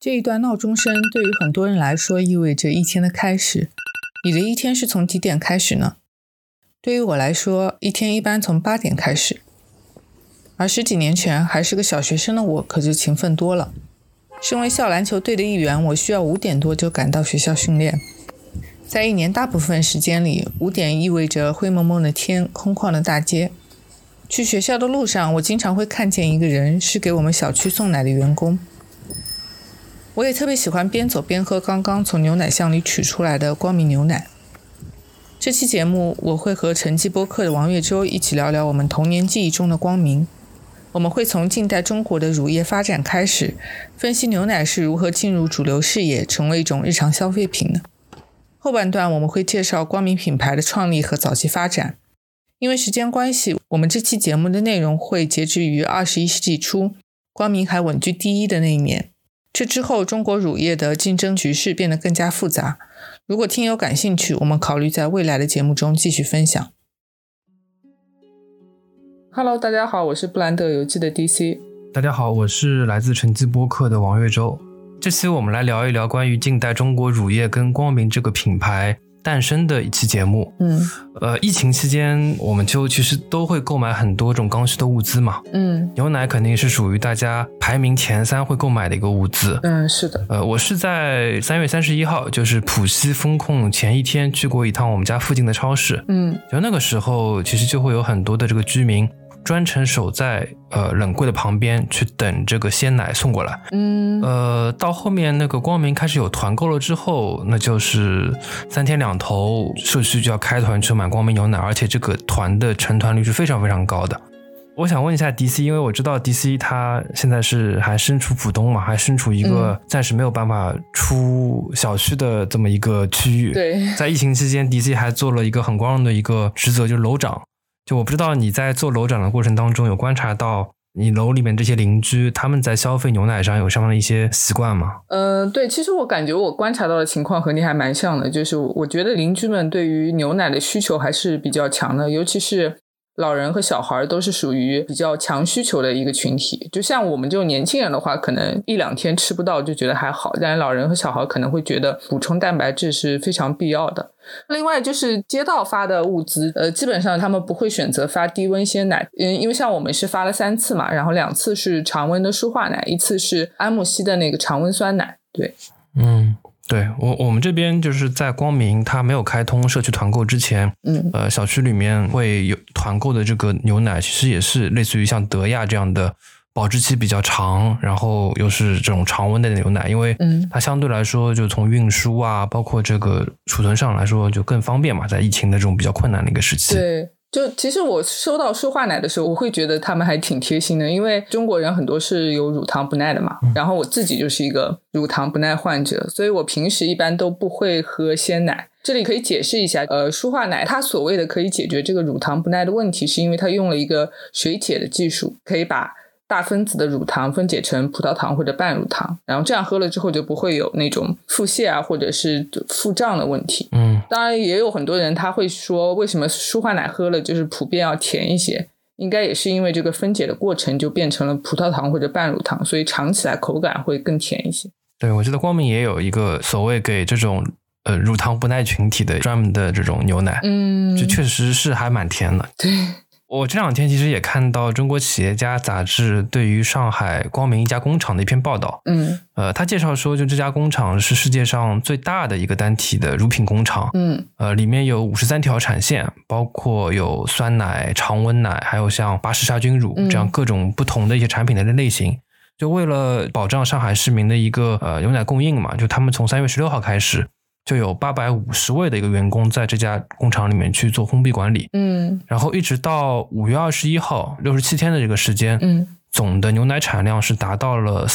这一段闹钟声对于很多人来说意味着一天的开始。你的一天是从几点开始呢？对于我来说，一天一般从8点开始。而10几年前还是个小学生的我可就勤奋多了。身为校篮球队的一员，我需要5点多就赶到学校训练。在一年大部分时间里，5点意味着灰蒙蒙的天，空旷的大街。去学校的路上，我经常会看见一个人，是给我们小区送奶的员工。我也特别喜欢边走边喝刚刚从牛奶箱里取出来的光明牛奶。这期节目我会和晨记播客的王月洲一起聊聊我们童年记忆中的光明。我们会从近代中国的乳业发展开始，分析牛奶是如何进入主流视野，成为一种日常消费品的。后半段我们会介绍光明品牌的创立和早期发展。因为时间关系，我们这期节目的内容会截止于21世纪初，光明还稳居第一的那一年。这之后，中国乳业的竞争局势变得更加复杂。如果听友感兴趣，我们考虑在未来的节目中继续分享。Hello， 大家好，我是布兰德游记的 DC。 大家好，我是来自晨记播客的王月洲。这期我们来聊一聊关于近代中国乳业跟光明这个品牌诞生的一期节目。疫情期间我们就其实都会购买很多种刚需的物资嘛。牛奶肯定是属于大家排名前3会购买的一个物资。 是的。 我是在3月31号，就是浦西封控前一天去过一趟我们家附近的超市。就那个时候其实就会有很多的这个居民专程守在冷柜的旁边去等这个鲜奶送过来。到后面那个光明开始有团购了之后，那就是3天2头社区就要开团去买光明牛奶，而且这个团的成团率是非常非常高的。我想问一下 DC， 因为我知道 DC 他现在是还身处浦东嘛，还身处一个暂时没有办法出小区的这么一个区域。 对， 在疫情期间 DC 还做了一个很光荣的一个职责，就是楼长。就我不知道你在做楼长的过程当中有观察到你楼里面这些邻居他们在消费牛奶上有什么样的一些习惯吗？ 对，其实我感觉我观察到的情况和你还蛮像的，就是我觉得邻居们对于牛奶的需求还是比较强的，尤其是老人和小孩都是属于比较强需求的一个群体。就像我们这种年轻人的话，可能1-2天吃不到就觉得还好，但老人和小孩可能会觉得补充蛋白质是非常必要的。另外就是街道发的物资，基本上他们不会选择发低温鲜奶，因为像我们是发了3次嘛，然后2次是常温的舒化奶，1次是安慕希的那个常温酸奶。对。 对，我们这边就是在光明它没有开通社区团购之前，小区里面会有团购的这个牛奶，其实也是类似于像德亚这样的保质期比较长，然后又是这种常温的牛奶，因为它相对来说就从运输啊包括这个储存上来说就更方便嘛，在疫情的这种比较困难的一个时期。 对，就其实我收到舒化奶的时候，我会觉得他们还挺贴心的，因为中国人很多是有乳糖不耐的嘛，然后我自己就是一个乳糖不耐患者，所以我平时一般都不会喝鲜奶。这里可以解释一下，舒化奶它所谓的可以解决这个乳糖不耐的问题，是因为它用了一个水解的技术，可以把大分子的乳糖分解成葡萄糖或者半乳糖，然后这样喝了之后就不会有那种腹泻啊或者是腹胀的问题。当然也有很多人他会说为什么舒化奶喝了就是普遍要甜一些，应该也是因为这个分解的过程就变成了葡萄糖或者半乳糖，所以尝起来口感会更甜一些。 对，我记得光明也有一个所谓给这种乳糖不耐群体的专门的这种牛奶，就确实是还蛮甜的。 对， 我这2天其实也看到中国企业家杂志对于上海光明一家工厂的一篇报道。他介绍说就这家工厂是世界上最大的一个单体的乳品工厂。里面有53条产线，包括有酸奶、常温奶，还有像巴氏杀菌乳这样各种不同的一些产品的类型。就为了保障上海市民的一个牛奶供应嘛，就他们从3月16号开始就有850位的一个员工在这家工厂里面去做封闭管理。然后一直到5月21号67天的这个时间，总的牛奶产量是达到了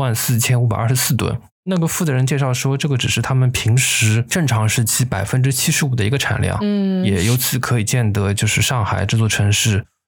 44524吨。那个负责人介绍说，这个只是他们平时正常时期75%的一个产量。也由此可以见得，就是上海这座城市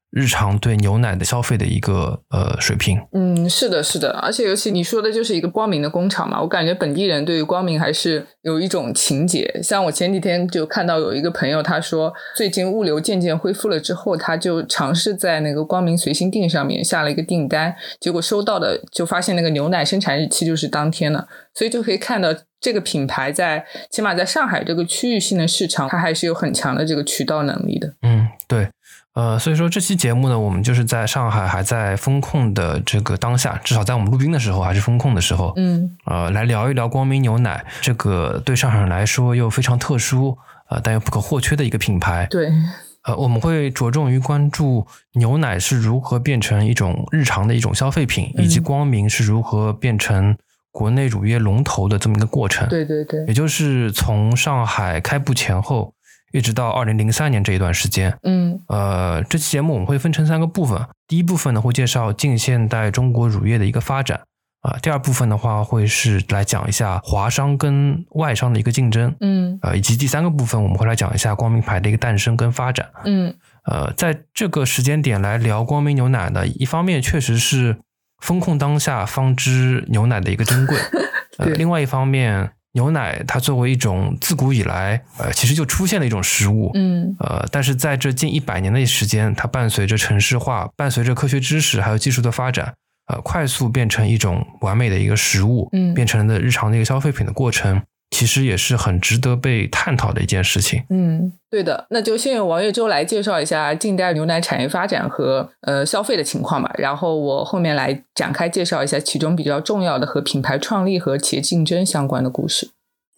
日常对牛奶的消费的一个水平。 是的，是的，而且尤其你说的就是一个光明的工厂嘛，我感觉本地人对于光明还是有一种情结。像我前几天就看到有一个朋友，他说最近物流渐渐恢复了之后，他就尝试在那个光明随心订上面下了一个订单，结果收到的就发现那个牛奶生产日期就是当天了，所以就可以看到这个品牌起码在上海这个区域性的市场，它还是有很强的这个渠道能力的。 对。所以说这期节目呢，我们就是在上海还在封控的这个当下，至少在我们录音的时候还是封控的时候，来聊一聊光明牛奶这个对上海人来说又非常特殊但又不可或缺的一个品牌。 对。 我们会着重于关注牛奶是如何变成一种日常的一种消费品，以及光明是如何变成国内乳业龙头的这么一个过程。 对对对， 也就是从上海开埠前后一直到2003年这一段时间。这期节目我们会分成3个部分。第一部分呢会介绍近现代中国乳业的一个发展。第二部分的话会是来讲一下华商跟外商的一个竞争。以及第3个部分我们会来讲一下光明牌的一个诞生跟发展。在这个时间点来聊光明牛奶呢，一方面确实是风控当下方知牛奶的一个珍贵。另外一方面，牛奶它作为一种自古以来其实就出现了一种食物。但是在这近100年的时间，它伴随着城市化，伴随着科学知识还有技术的发展，快速变成一种完美的一个食物，变成了日常的一个消费品的过程，其实也是很值得被探讨的一件事情。 对的，那就先由王月洲来介绍一下近代牛奶产业发展和消费的情况吧，然后我后面来展开介绍一下其中比较重要的和品牌创立和企业竞争相关的故事。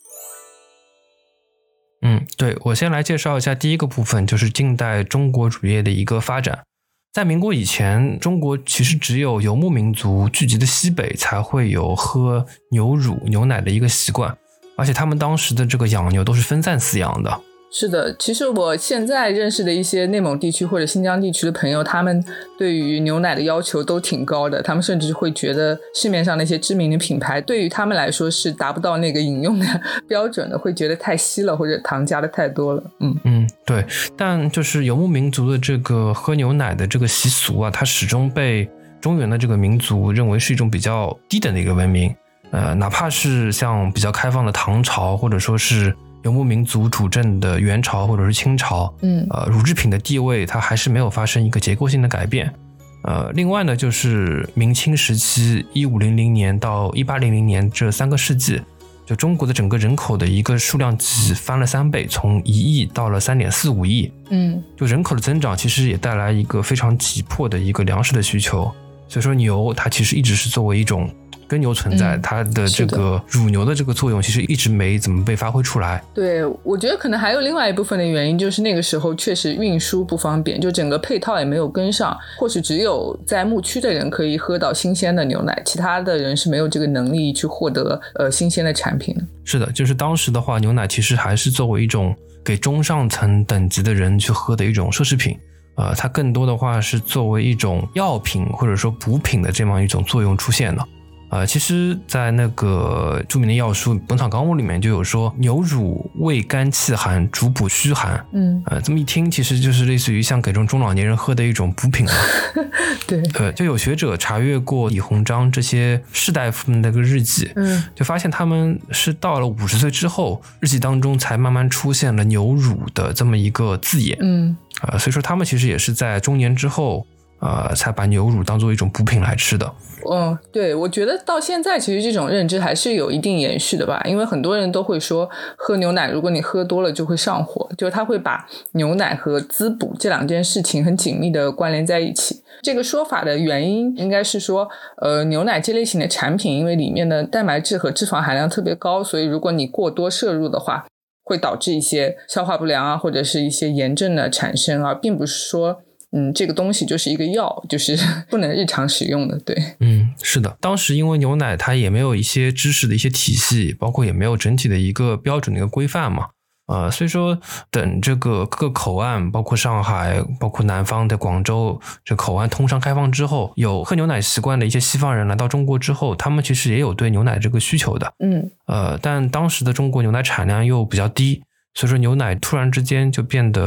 对，我先来介绍一下第一个部分，就是近代中国乳业的一个发展。在民国以前，中国其实只有游牧民族聚集的西北才会有喝牛乳牛奶的一个习惯，而且他们当时的这个养牛都是分散饲养的。 是的，其实我现在认识的一些内蒙地区或者新疆地区的朋友，他们对于牛奶的要求都挺高的，他们甚至会觉得市面上那些知名的品牌对于他们来说是达不到那个饮用的标准的，会觉得太稀了或者糖加的太多了。 对，但就是游牧民族的这个喝牛奶的这个习俗啊，它始终被中原的这个民族认为是一种比较低等的一个文明。哪怕是像比较开放的唐朝，或者说是游牧民族主政的元朝或者是清朝，乳制品的地位它还是没有发生一个结构性的改变。另外呢，就是明清时期1500年到1800年这3个世纪，就中国的整个人口的一个数量级翻了3倍，从1亿到了3.45亿。就人口的增长其实也带来一个非常急迫的一个粮食的需求，所以说牛它其实一直是作为一种跟牛存在，它的这个乳牛的这个作用其实一直没怎么被发挥出来。 对，我觉得可能还有另外一部分的原因，就是那个时候确实运输不方便，就整个配套也没有跟上，或许只有在牧区的人可以喝到新鲜的牛奶，其他的人是没有这个能力去获得新鲜的产品的。 是的，就是当时的话，牛奶其实还是作为一种给中上层等级的人去喝的一种奢侈品。它更多的话是作为一种药品或者说补品的这么一种作用出现的。其实在那个著名的药书《本草纲目》里面就有说，牛乳味甘气寒，主补虚寒。这么一听其实就是类似于像给这种中老年人喝的一种补品了。 对， 就有学者查阅过李鸿章这些士大夫们的个日记，就发现他们是到了50岁之后，日记当中才慢慢出现了牛乳的这么一个字眼。所以说他们其实也是在中年之后才把牛乳当做一种补品来吃的。 对，我觉得到现在其实这种认知还是有一定延续的吧，因为很多人都会说喝牛奶如果你喝多了就会上火，就是他会把牛奶和滋补这2件事情很紧密的关联在一起。这个说法的原因应该是说牛奶这类型的产品因为里面的蛋白质和脂肪含量特别高，所以如果你过多摄入的话会导致一些消化不良啊，或者是一些炎症的产生啊，并不是说这个东西就是一个药，就是不能日常使用的。对， 是的，当时因为牛奶它也没有一些知识的一些体系，包括也没有整体的一个标准的一个规范嘛。所以说等这个各个口岸，包括上海，包括南方的广州，这口岸通商开放之后，有喝牛奶习惯的一些西方人来到中国之后，他们其实也有对牛奶这个需求的。但当时的中国牛奶产量又比较低，所以说牛奶突然之间就变得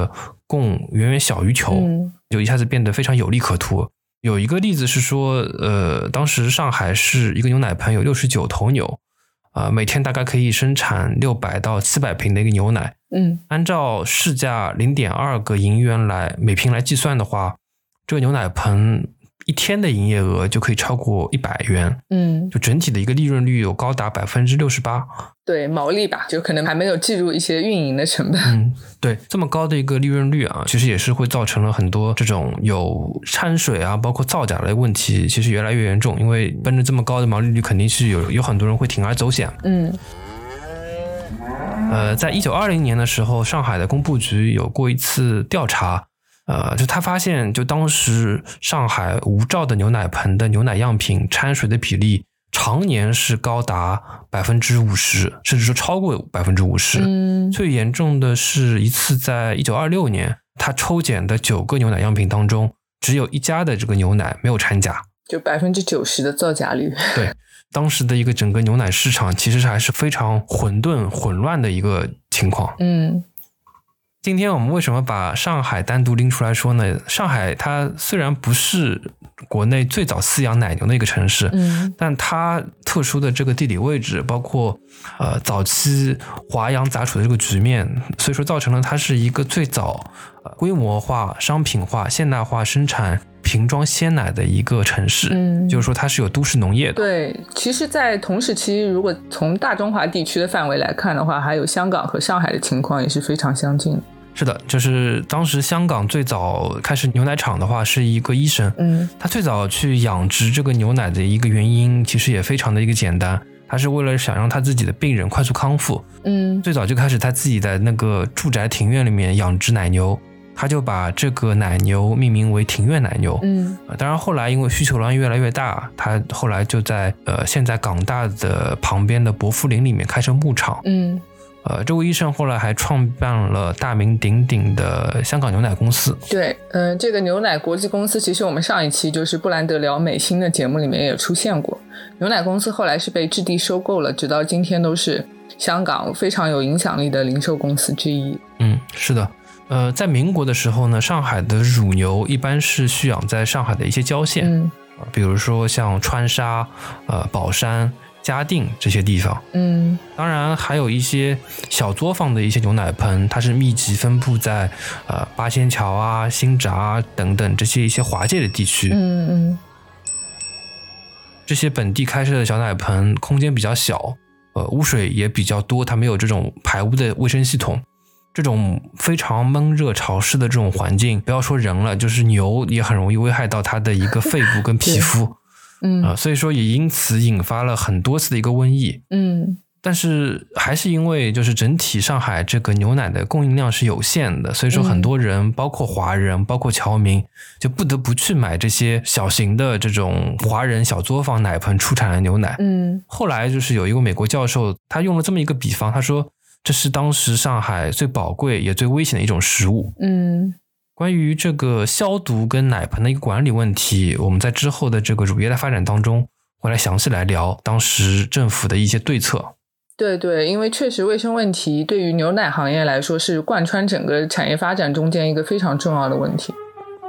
供远远小于求，就一下子变得非常有利可图。有一个例子是说，当时上海市一个牛奶棚有69头牛，每天大概可以生产600到700瓶的一个牛奶。按照市价0.2个银元每瓶来计算的话，这个牛奶棚一天的营业额就可以超过100元。就整体的一个利润率有高达 68%。 对，毛利吧，就可能还没有计入一些运营的成本。 对，这么高的一个利润率啊，其实也是会造成了很多这种有掺水啊，包括造假的问题，其实越来越严重。因为奔着这么高的毛利率，肯定是有很多人会铤而走险。在1920年的时候，上海的工部局有过一次调查，就他发现，就当时上海无照的牛奶棚的牛奶样品掺水的比例常年是高达 50%， 甚至说超过 50%。最严重的是一次在1926年，他抽检的9个牛奶样品当中，只有1家的这个牛奶没有掺假， 就 90% 的造假率。 对，当时的一个整个牛奶市场其实还是非常混乱的一个情况。今天我们为什么把上海单独拎出来说呢？上海它虽然不是国内最早饲养奶牛的一个城市，但它特殊的这个地理位置，包括早期华阳杂处的这个局面，所以说造成了它是一个最早规模化、商品化、现代化生产瓶装鲜奶的一个城市。就是说它是有都市农业的。 对，其实在同时期，如果从大中华地区的范围来看的话，还有香港和上海的情况也是非常相近的。 是的，就是当时香港最早开始牛奶厂的话是一个医生，他最早去养殖这个牛奶的一个原因其实也非常的一个简单，他是为了想让他自己的病人快速康复。最早就开始他自己在那个住宅庭院里面养殖奶牛，他就把这个奶牛命名为庭院奶牛。当然后来因为需求量越来越大，他后来就在现在港大的旁边的薄扶林里面开设牧场。这位医生后来还创办了大名鼎鼎的香港牛奶公司。 对，这个牛奶国际公司其实我们上一期就是布兰德聊美心的节目里面也有出现过。牛奶公司后来是被置地收购了，直到今天都是香港非常有影响力的零售公司之一。 是的。在民国的时候呢，上海的乳牛一般是蓄养在上海的一些郊县，比如说像川沙、宝山、嘉定这些地方。当然还有一些小作坊的一些牛奶棚，它是密集分布在八仙桥啊、新闸啊等等这些一些华界的地区。这些本地开设的小奶棚空间比较小，污水也比较多，它没有这种排污的卫生系统。这种非常闷热潮湿的这种环境，不要说人了，就是牛也很容易危害到它的一个肺部跟皮肤。所以说也因此引发了很多次的一个瘟疫。但是还是因为就是整体上海这个牛奶的供应量是有限的，所以说很多人包括华人包括侨民就不得不去买这些小型的这种华人小作坊奶棚出产的牛奶。后来就是有一个美国教授，他用了这么一个比方，他说这是当时上海最宝贵也最危险的一种食物。关于这个消毒跟奶盆的一个管理问题，我们在之后的这个乳业的发展当中会来详细来聊当时政府的一些对策。 对，因为确实卫生问题对于牛奶行业来说是贯穿整个产业发展中间一个非常重要的问题。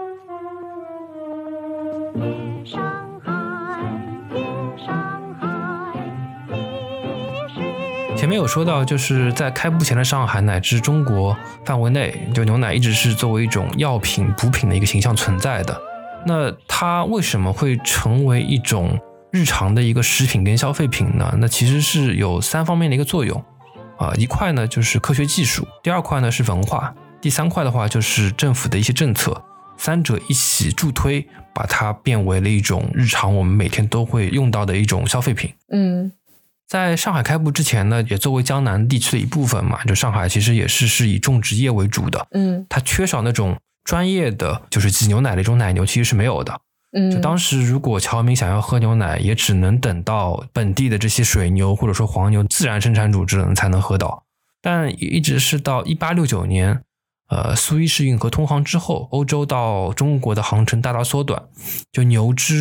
前面有说到，就是在开埠前的上海乃至中国范围内，就牛奶一直是作为一种药品补品的一个形象存在的。那它为什么会成为一种日常的一个食品跟消费品呢？那其实是有3方面的一个作用。一块呢就是科学技术，第2块呢是文化，第3块的话就是政府的一些政策，3者一起助推，把它变为了一种日常我们每天都会用到的一种消费品。在上海开埠之前呢，也作为江南地区的一部分嘛，就上海其实也是以种植业为主的。它缺少那种专业的就是挤牛奶的一种奶牛其实是没有的。就当时如果侨民想要喝牛奶，也只能等到本地的这些水牛或者说黄牛自然生产组织才能喝到。但一直是到1869年苏伊士运河通航之后，欧洲到中国的航程大大缩短，就牛只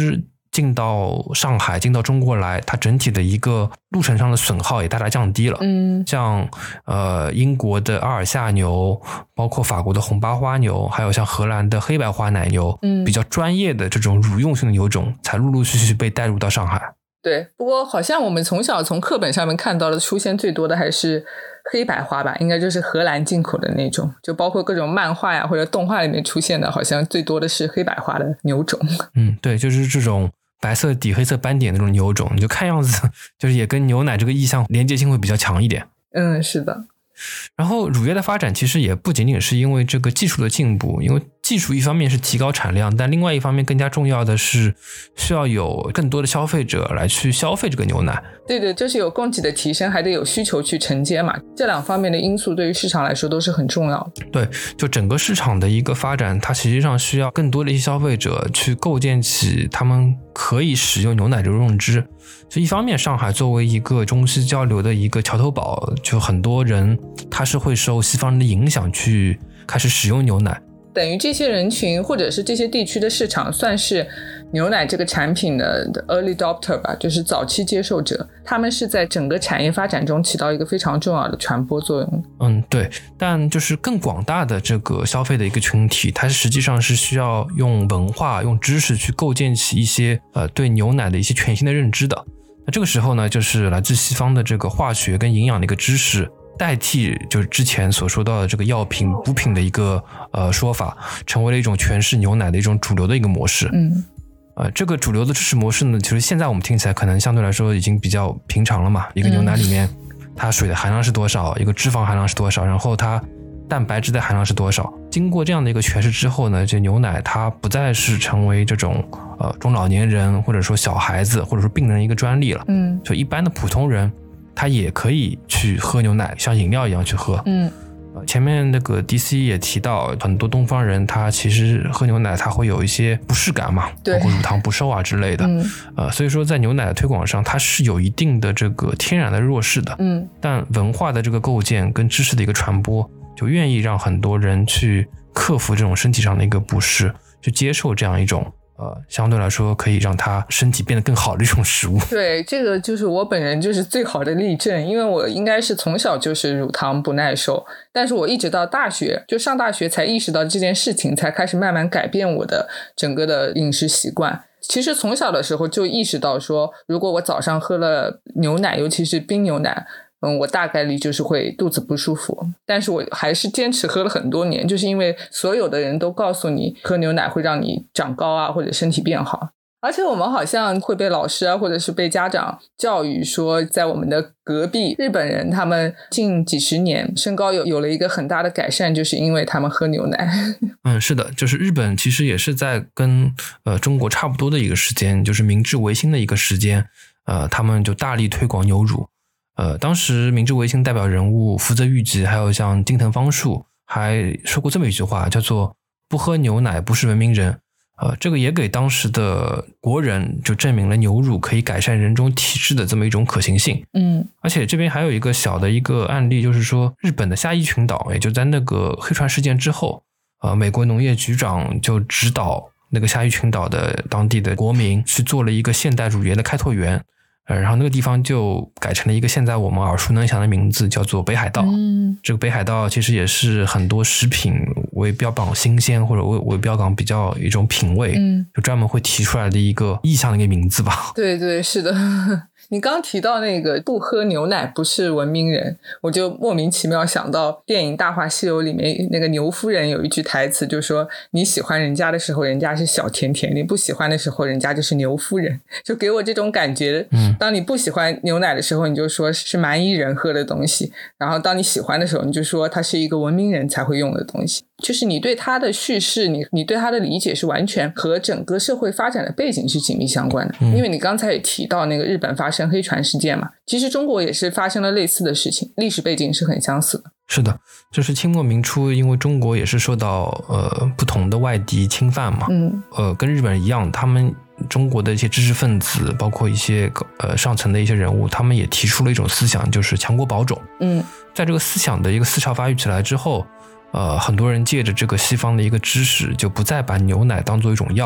进到上海进到中国来，它整体的一个路程上的损耗也大大降低了。像英国的阿尔夏牛，包括法国的红八花牛，还有像荷兰的黑白花奶牛，比较专业的这种乳用性的牛种才陆陆续续被带入到上海。 对，不过好像我们从小从课本上面看到的出现最多的还是黑白花吧，应该就是荷兰进口的那种，就包括各种漫画呀或者动画里面出现的，好像最多的是黑白花的牛种。 对，就是这种白色底黑色斑点的那种牛种，你就看样子就是也跟牛奶这个意象连接性会比较强一点。 是的。 然后乳业的发展其实也不仅仅是因为这个技术的进步，因为技术一方面是提高产量，但另外一方面更加重要的是需要有更多的消费者来去消费这个牛奶。 对，就是有供给的提升，还得有需求去承接嘛，这两方面的因素对于市场来说都是很重要的。 对，就整个市场的一个发展，它实际上需要更多的一些消费者去构建起他们可以使用牛奶的认知。就一方面，上海作为一个中西交流的一个桥头堡，就很多人他是会受西方人的影响去开始使用牛奶， 等于这些人群或者是这些地区的市场算是牛奶这个产品的 early adopter 吧，就是早期接受者，他们是在整个产业发展中起到一个非常重要的传播作用。 对，但就是更广大的这个消费的一个群体，它实际上是需要用文化用知识去构建起一些对牛奶的一些全新的认知的。那这个时候呢，就是来自西方的这个化学跟营养的一个知识代替就是之前所说到的这个药品补品的一个说法，成为了一种诠释牛奶的一种主流的一个模式。这个主流的知识模式呢，其实现在我们听起来可能相对来说已经比较平常了嘛，一个牛奶里面它水的含量是多少，一个脂肪含量是多少，然后它蛋白质的含量是多少。经过这样的一个诠释之后呢，这牛奶它不再是成为这种中老年人或者说小孩子或者说病人一个专利了。就一般的普通人他也可以去喝牛奶，像饮料一样去喝。前面那个 DC 也提到，很多东方人他其实喝牛奶他会有一些不适感嘛，包括乳糖不受啊之类的。所以说在牛奶的推广上，它是有一定的这个天然的弱势的。但文化的这个构建跟知识的一个传播，就愿意让很多人去克服这种身体上的一个不适，去接受这样一种相对来说可以让他身体变得更好的一种食物。 对，这个就是我本人就是最好的例证，因为我应该是从小就是乳糖不耐受，但是我一直到大学，就上大学才意识到这件事情，才开始慢慢改变我的整个的饮食习惯。其实从小的时候就意识到说，如果我早上喝了牛奶，尤其是冰牛奶，我大概率就是会肚子不舒服，但是我还是坚持喝了很多年，就是因为所有的人都告诉你喝牛奶会让你长高啊，或者身体变好。而且我们好像会被老师啊，或者是被家长教育说，在我们的隔壁日本人，他们近几十年身高有了一个很大的改善，就是因为他们喝牛奶。 是的，就是日本其实也是在跟中国差不多的一个时间，就是明治维新的一个时间，他们就大力推广牛乳。当时明治维新代表人物福泽谕吉还有像近藤芳树还说过这么一句话，叫做不喝牛奶不是文明人。这个也给当时的国人就证明了牛乳可以改善人种体质的这么一种可行性。而且这边还有一个小的一个案例，就是说日本的下伊群岛，也就在那个黑船事件之后，美国农业局长就指导那个下伊群岛的当地的国民去做了一个现代乳业的开拓园。然后那个地方就改成了一个现在我们耳熟能详的名字，叫做北海道。这个北海道其实也是很多食品为标榜新鲜或者为标榜比较一种品味，就专门会提出来的一个意象的一个名字吧。 对，是的。你刚提到那个不喝牛奶不是文明人，我就莫名其妙想到电影《大话西游》里面那个牛夫人有一句台词，就说你喜欢人家的时候人家是小甜甜，你不喜欢的时候人家就是牛夫人，就给我这种感觉。当你不喜欢牛奶的时候你就说是蛮夷人喝的东西，然后当你喜欢的时候你就说它是一个文明人才会用的东西。就是你对它的叙事，你对它的理解是完全和整个社会发展的背景是紧密相关的。因为你刚才也提到那个日本发生黑船事件嘛，其实中国也是发生了类似的事情，历史背景是很相似的。 是的，就是清末民初，因为中国也是受到不同的外敌侵犯嘛，跟日本人一样，他们中国的一些知识分子，包括一些上层的一些人物，他们也提出了一种思想，就是强国保种。在这个思想的一个思潮发育起来之后，很多人借着这个西方的一个知识，就不再把牛奶当做一种药，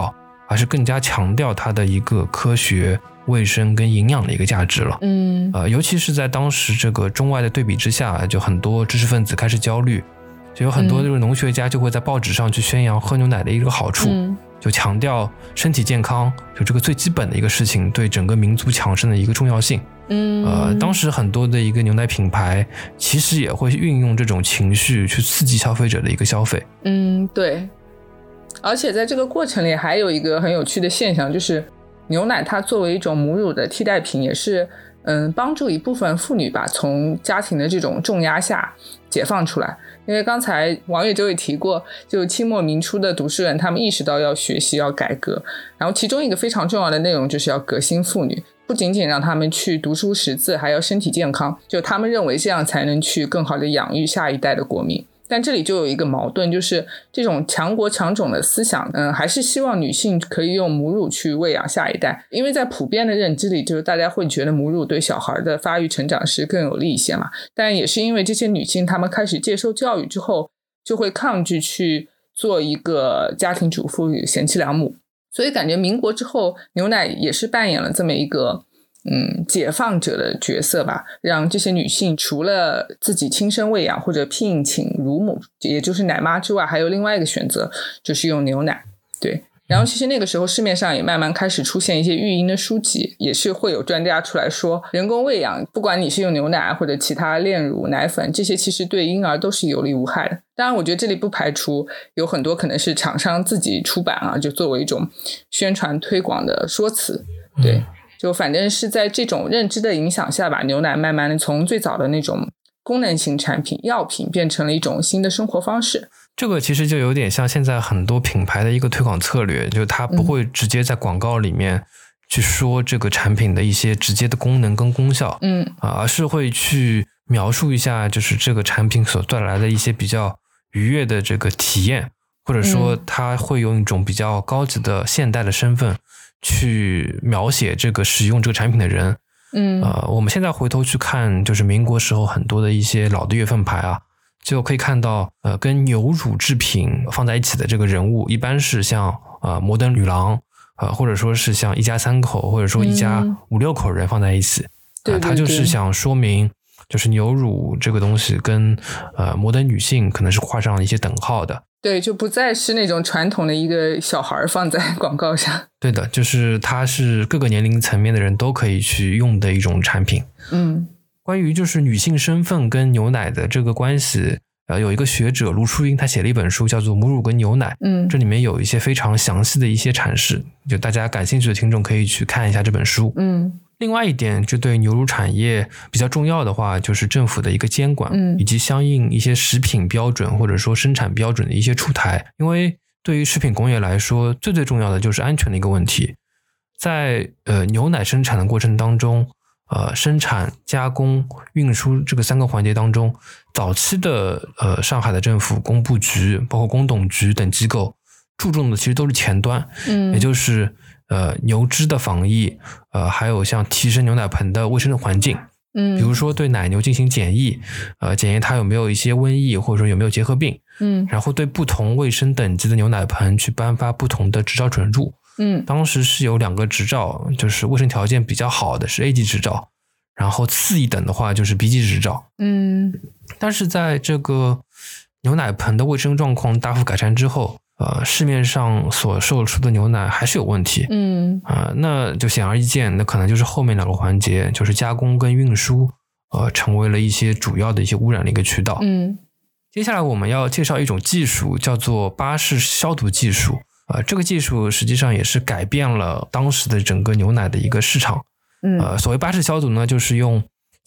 而是更加强调它的一个科学、卫生跟营养的一个价值了。尤其是在当时这个中外的对比之下，就很多知识分子开始焦虑，就有很多这个农学家就会在报纸上去宣扬喝牛奶的一个好处，就强调身体健康，就这个最基本的一个事情对整个民族强盛的一个重要性。当时很多的一个牛奶品牌其实也会运用这种情绪去刺激消费者的一个消费。 对。而且在这个过程里还有一个很有趣的现象，就是牛奶它作为一种母乳的替代品，也是帮助一部分妇女吧从家庭的这种重压下解放出来。因为刚才王月洲也提过，就清末民初的读书人他们意识到要学习要改革，然后其中一个非常重要的内容就是要革新妇女，不仅仅让他们去读书识字，还要身体健康，就他们认为这样才能去更好的养育下一代的国民。但这里就有一个矛盾，就是这种强国强种的思想还是希望女性可以用母乳去喂养下一代。因为在普遍的认知里，就是大家会觉得母乳对小孩的发育成长是更有利一些嘛。但也是因为这些女性她们开始接受教育之后，就会抗拒去做一个家庭主妇贤妻良母，所以感觉民国之后牛奶也是扮演了这么一个解放者的角色吧，让这些女性除了自己亲生喂养或者聘请乳母，也就是奶妈之外，还有另外一个选择，就是用牛奶。对，然后其实那个时候市面上也慢慢开始出现一些育婴的书籍，也是会有专家出来说，人工喂养不管你是用牛奶或者其他炼乳、奶粉，这些其实对婴儿都是有利无害的。当然我觉得这里不排除有很多可能是厂商自己出版就作为一种宣传推广的说辞。对，就反正是在这种认知的影响下吧，牛奶慢慢的从最早的那种功能型产品、药品变成了一种新的生活方式。 这个其实就有点像现在很多品牌的一个推广策略，就是它不会直接在广告里面去说这个产品的一些直接的功能跟功效，而是会去描述一下就是这个产品所带来的一些比较愉悦的这个体验，或者说它会用一种比较高级的现代的身份去描写这个使用这个产品的人。我们现在回头去看就是民国时候很多的一些老的月份牌就可以看到跟牛乳制品放在一起的这个人物一般是像摩登女郎或者说是像一家三口或者说一家5-6口人放在一起。他就是想说明就是牛乳这个东西跟摩登女性可能是画上一些等号的。 对，就不再是那种传统的一个小孩放在广告上。 对的，就是它是各个年龄层面的人都可以去用的一种产品。关于就是女性身份跟牛奶的这个关系，有一个学者卢淑英，他写了一本书叫做《母乳跟牛奶》，这里面有一些非常详细的一些阐释，就大家感兴趣的听众可以去看一下这本书。另外一点，就对牛乳产业比较重要的话，就是政府的一个监管，以及相应一些食品标准或者说生产标准的一些出台。因为对于食品工业来说，最重要的就是安全的一个问题。在牛奶生产的过程当中，生产、加工、运输这个3个环节当中，早期的上海的政府工部局包括工董局等机构注重的其实都是前端，也就是牛只的防疫，还有像提升牛奶盆的卫生的环境，比如说对奶牛进行检疫，检验它有没有一些瘟疫或者说有没有结核病，然后对不同卫生等级的牛奶盆去颁发不同的执照准入。当时是有2个执照，就是卫生条件比较好的是 A 级执照，然后次一等的话就是 B 级执照。但是在这个牛奶盆的卫生状况大幅改善之后，市面上所售出的牛奶还是有问题。那就显而易见，那可能就是后面2个环节，就是加工跟运输，成为了一些主要的一些污染的一个渠道。接下来我们要介绍一种技术，叫做巴氏消毒技术。这个技术实际上也是改变了当时的整个牛奶的一个市场。所谓巴氏消毒呢，就是用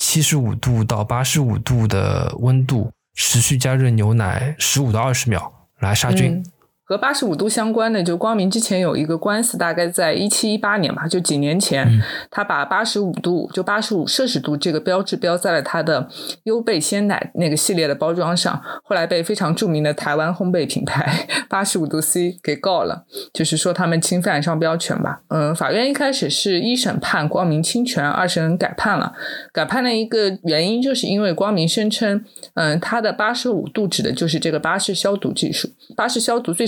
75度到85度的温度持续加热牛奶15到20秒来杀菌。 和85度相关的，就光明之前有一个官司，大概在17、18年吧，就几年前，他把85度就85摄氏度这个标志标在了他的优贝鲜奶那个系列的包装上，后来被非常著名的台湾烘焙品牌85度 C 给告了，就是说他们侵犯商标权吧。法院一开始是1审判光明侵权，2审改判了。改判的一个原因就是因为光明声称它的85度指的就是这个巴氏消毒技术。巴氏消毒最常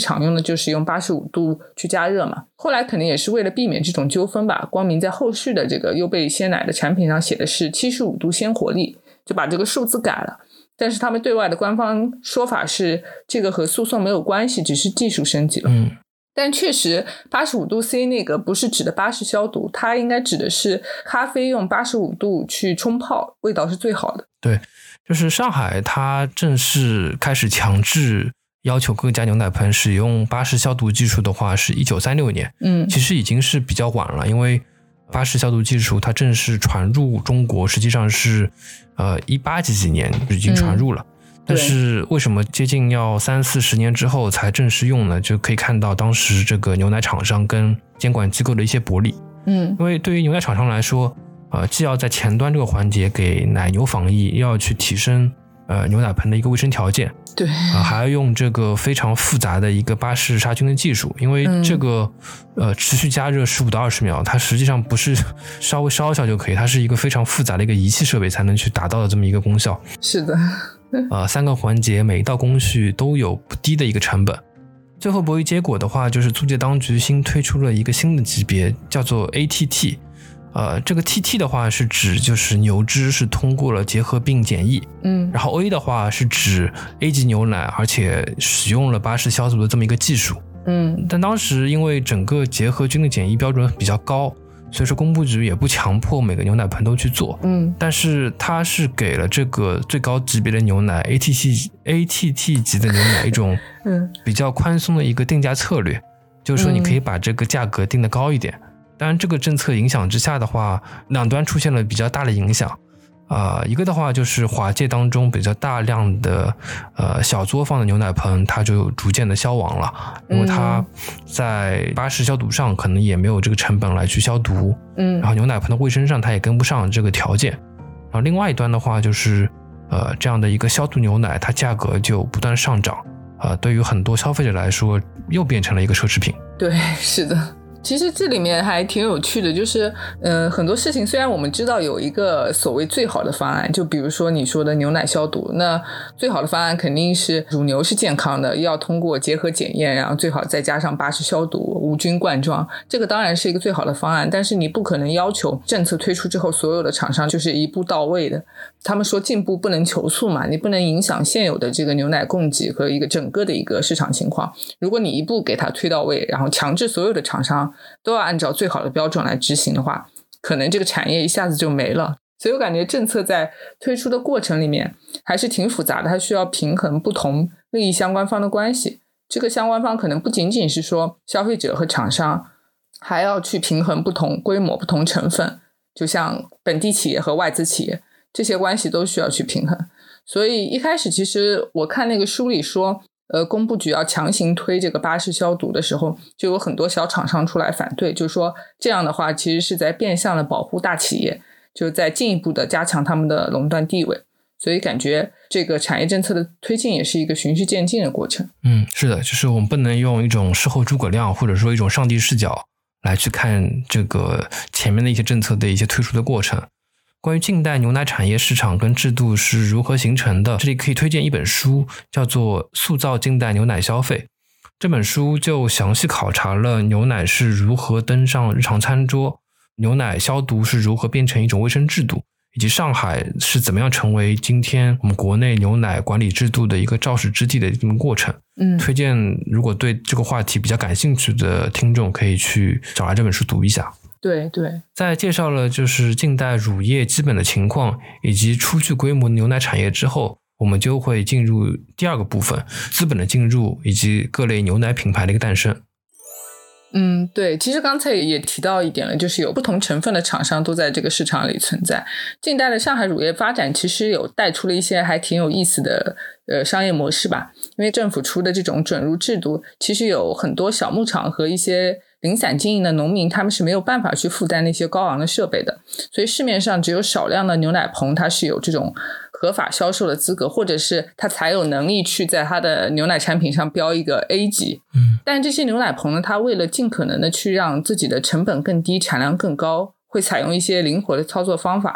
常用的就是用85度去加热嘛。后来可能也是为了避免这种纠纷吧，光明在后续的这个优贝鲜奶的产品上写的是75度鲜活力，就把这个数字改了。但是他们对外的官方说法是这个和诉讼没有关系，只是技术升级了。但确实85度 C 那个不是指的巴氏消毒，它应该指的是咖啡用85度去冲泡，味道是最好的。 对，就是上海它正式开始强制要求各家牛奶盆使用巴氏消毒技术的话是1936年，其实已经是比较晚了，因为巴氏消毒技术它正式传入中国实际上是18几年已经传入了，但是为什么接近要30-40年之后才正式用呢？就可以看到当时这个牛奶厂商跟监管机构的一些薄利。因为对于牛奶厂商来说既要在前端这个环节给奶牛防疫，又要去提升牛奶盆的一个卫生条件， 对还要用这个非常复杂的一个巴氏杀菌的技术，因为这个持续加热15到20秒，它实际上不是稍微烧一下就可以，它是一个非常复杂的一个仪器设备才能去达到的这么一个功效。 是的 3个环节每一道工序都有不低的一个成本。最后博弈结果的话，就是租界当局新推出了一个新的级别，叫做 ATT。这个 TT 的话是指就是牛只是通过了结合并检疫，然后 A 的话是指 A 级牛奶而且使用了巴氏消毒的这么一个技术。但当时因为整个结合菌的检疫标准比较高，所以说工部局也不强迫每个牛奶盆都去做，但是它是给了这个最高级别的牛奶 ATT 级的牛奶一种比较宽松的一个定价策略，就是说你可以把这个价格定得高一点。当然这个政策影响之下的话，两端出现了比较大的影响。一个的话就是华界当中比较大量的小作坊的牛奶盆，它就逐渐的消亡了，因为它在巴氏消毒上可能也没有这个成本来去消毒，然后牛奶盆的卫生上它也跟不上这个条件。然后另外一端的话就是这样的一个消毒牛奶，它价格就不断上涨，对于很多消费者来说又变成了一个奢侈品。 对，是的。其实这里面还挺有趣的，就是很多事情虽然我们知道有一个所谓最好的方案，就比如说你说的牛奶消毒，那最好的方案肯定是乳牛是健康的，要通过结合检验，然后最好再加上巴氏消毒无菌灌装，这个当然是一个最好的方案，但是你不可能要求政策推出之后所有的厂商就是一步到位的。他们说进步不能求速嘛，你不能影响现有的这个牛奶供给和一个整个的一个市场情况。如果你一步给它推到位，然后强制所有的厂商都要按照最好的标准来执行的话，可能这个产业一下子就没了。所以我感觉政策在推出的过程里面还是挺复杂的，它需要平衡不同利益相关方的关系。这个相关方可能不仅仅是说消费者和厂商，还要去平衡不同规模不同成分，就像本地企业和外资企业，这些关系都需要去平衡。所以一开始其实我看那个书里说工部局要强行推这个巴氏消毒的时候，就有很多小厂商出来反对，就是说这样的话其实是在变相的保护大企业，就在进一步的加强他们的垄断地位。所以感觉这个产业政策的推进也是一个循序渐进的过程。 是的，就是我们不能用一种事后诸葛亮或者说一种上帝视角来去看这个前面的一些政策的一些推出的过程。关于近代牛奶产业市场跟制度是如何形成的，这里可以推荐一本书，叫做《塑造近代牛奶消费》。这本书就详细考察了牛奶是如何登上日常餐桌，牛奶消毒是如何变成一种卫生制度，以及上海是怎么样成为今天我们国内牛奶管理制度的一个肇始之地的这么过程。推荐如果对这个话题比较感兴趣的听众可以去找来这本书读一下。 对对， 在介绍了就是近代乳业基本的情况以及初具规模的牛奶产业之后，我们就会进入第二个部分，资本的进入以及各类牛奶品牌的一个诞生。 对，其实刚才也提到一点了，就是有不同成分的厂商都在这个市场里存在。近代的上海乳业发展其实有带出了一些还挺有意思的商业模式吧，因为政府出的这种准入制度，其实有很多小牧场和一些零散经营的农民，他们是没有办法去负担那些高昂的设备的，所以市面上只有少量的牛奶棚它是有这种合法销售的资格，或者是它才有能力去在它的牛奶产品上标一个 A 级。但这些牛奶棚呢，它为了尽可能的去让自己的成本更低，产量更高，会采用一些灵活的操作方法，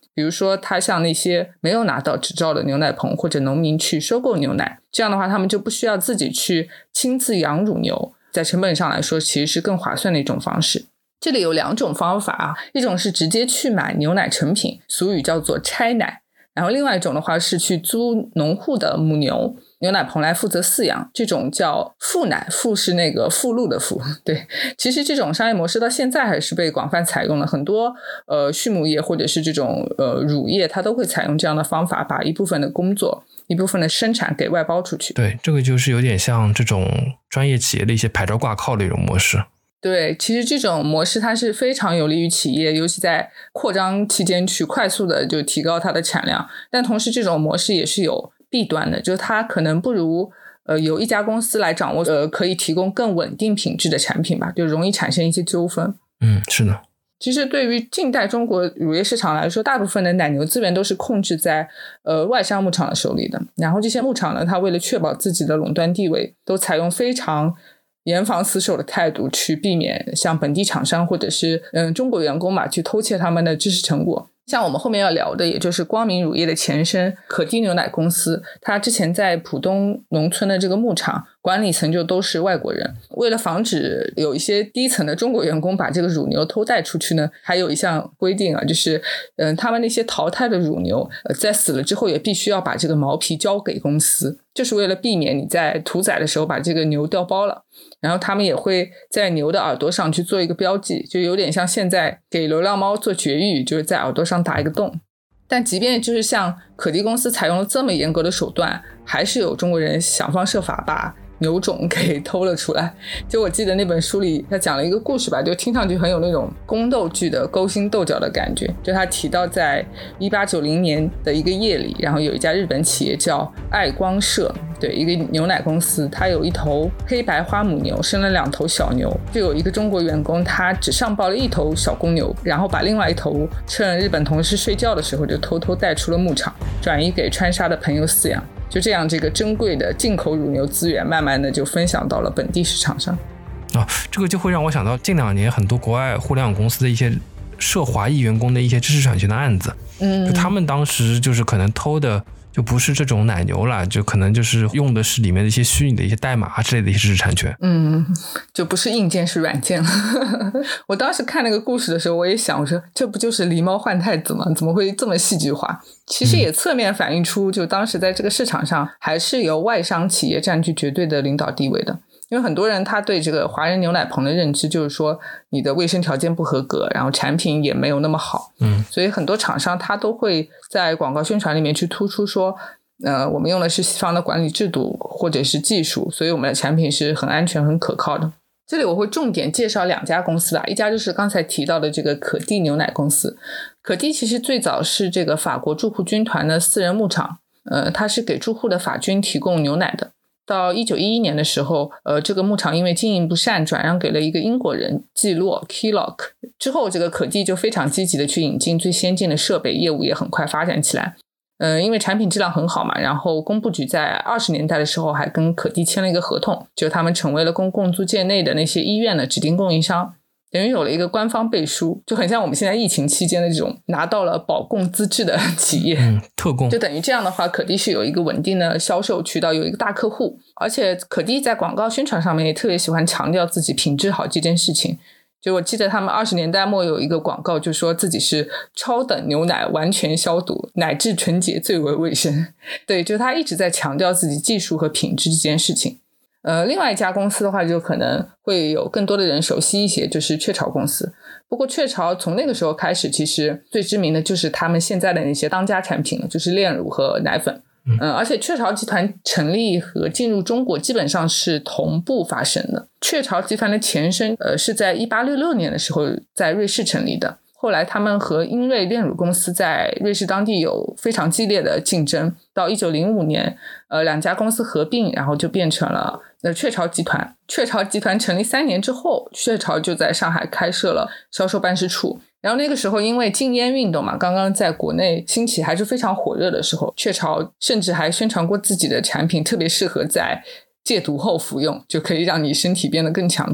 比如说他向那些没有拿到执照的牛奶棚或者农民去收购牛奶，这样的话他们就不需要自己去亲自养乳牛，在成本上来说其实是更划算的一种方式。这里有2种方法啊，一种是直接去买牛奶成品，俗语叫做拆奶，然后另外一种的话是去租农户的母牛牛奶棚来负责饲养，这种叫附奶，附是那个附录的附。对，其实这种商业模式到现在还是被广泛采用了，很多畜牧业或者是这种乳业它都会采用这样的方法，把一部分的工作一部分的生产给外包出去。 对，这个就是有点像这种专业企业的一些牌照挂靠的一种模式。 对，其实这种模式它是非常有利于企业，尤其在扩张期间去快速的就提高它的产量，但同时这种模式也是有弊端的，就是它可能不如由一家公司来掌握可以提供更稳定品质的产品吧，就容易产生一些纠纷。 是的。 其实对于近代中国乳业市场来说，大部分的奶牛资源都是控制在外商牧场的手里的，然后这些牧场呢，它为了确保自己的垄断地位，都采用非常严防死守的态度去避免像本地厂商或者是中国员工吧去偷窃他们的知识成果。像我们后面要聊的也就是光明乳业的前身可滴牛奶公司，它之前在浦东农村的这个牧场管理层就都是外国人，为了防止有一些低层的中国员工把这个乳牛偷带出去呢，还有一项规定啊，就是他们那些淘汰的乳牛在死了之后也必须要把这个毛皮交给公司，就是为了避免你在屠宰的时候把这个牛调包了。然后他们也会在牛的耳朵上去做一个标记，就有点像现在给流浪猫做绝育，就是在耳朵上打一个洞。但即便就是像可滴公司采用了这么严格的手段，还是有中国人想方设法把牛种给偷了出来。就我记得那本书里他讲了一个故事吧，就听上去很有那种宫斗剧的勾心斗角的感觉。就他提到在1890年的一个夜里，然后有一家日本企业叫爱光社，对，一个牛奶公司，它有一头黑白花母牛生了2头小牛，就有一个中国员工他只上报了1头小公牛，然后把另外1头趁日本同事睡觉的时候就偷偷带出了牧场，转移给川沙的朋友饲养。就这样，这个珍贵的进口乳牛资源慢慢的就分享到了本地市场上。 这个就会让我想到近2年很多国外互联网公司的一些涉华裔员工的一些知识产权的案子。就他们当时就是可能偷的就不是这种奶牛了，就可能就是用的是里面的一些虚拟的一些代码之类的一些知识产权。 就不是硬件是软件了。我当时看那个故事的时候，我也想，我说这不就是狸猫换太子吗？怎么会这么戏剧化？其实也侧面反映出就当时在这个市场上还是由外商企业占据绝对的领导地位的。因为很多人他对这个华人牛奶棚的认知就是说你的卫生条件不合格，然后产品也没有那么好。所以很多厂商他都会在广告宣传里面去突出说我们用的是西方的管理制度或者是技术，所以我们的产品是很安全很可靠的。这里我会重点介绍2家公司吧，一家就是刚才提到的这个可滴牛奶公司。可滴其实最早是这个法国驻沪军团的私人牧场，它是给驻沪的法军提供牛奶的。到1911年的时候，这个牧场因为经营不善转让给了一个英国人季洛 Keylock， 之后这个可滴就非常积极的去引进最先进的设备，业务也很快发展起来。因为产品质量很好嘛，然后工部局在20年代的时候还跟可滴签了一个合同，就他们成为了公共租界内的那些医院的指定供应商，等于有了一个官方背书，就很像我们现在疫情期间的这种拿到了保供资质的企业， 特供。 就等于这样的话，可滴是有一个稳定的销售渠道，有一个大客户，而且可滴在广告宣传上面也特别喜欢强调自己品质好这件事情。就我记得他们20年代末有一个广告，就说自己是超等牛奶，完全消毒，奶质纯洁，最为卫生。对，就他一直在强调自己技术和品质这件事情。另外一家公司的话就可能会有更多的人熟悉一些，就是雀巢公司。不过雀巢从那个时候开始，其实最知名的就是他们现在的那些当家产品了，就是炼乳和奶粉。而且雀巢集团成立和进入中国基本上是同步发生的。雀巢集团的前身是在1866年的时候在瑞士成立的，后来他们和英瑞炼乳公司在瑞士当地有非常激烈的竞争，到1905年2家公司合并，然后就变成了雀巢集团。雀巢集团成立3年之后，雀巢就在上海开设了销售办事处。然后那个时候因为禁烟运动嘛，刚刚在国内兴起还是非常火热的时候，雀巢甚至还宣传过自己的产品特别适合在戒毒后服用，就可以让你身体变得更强壮。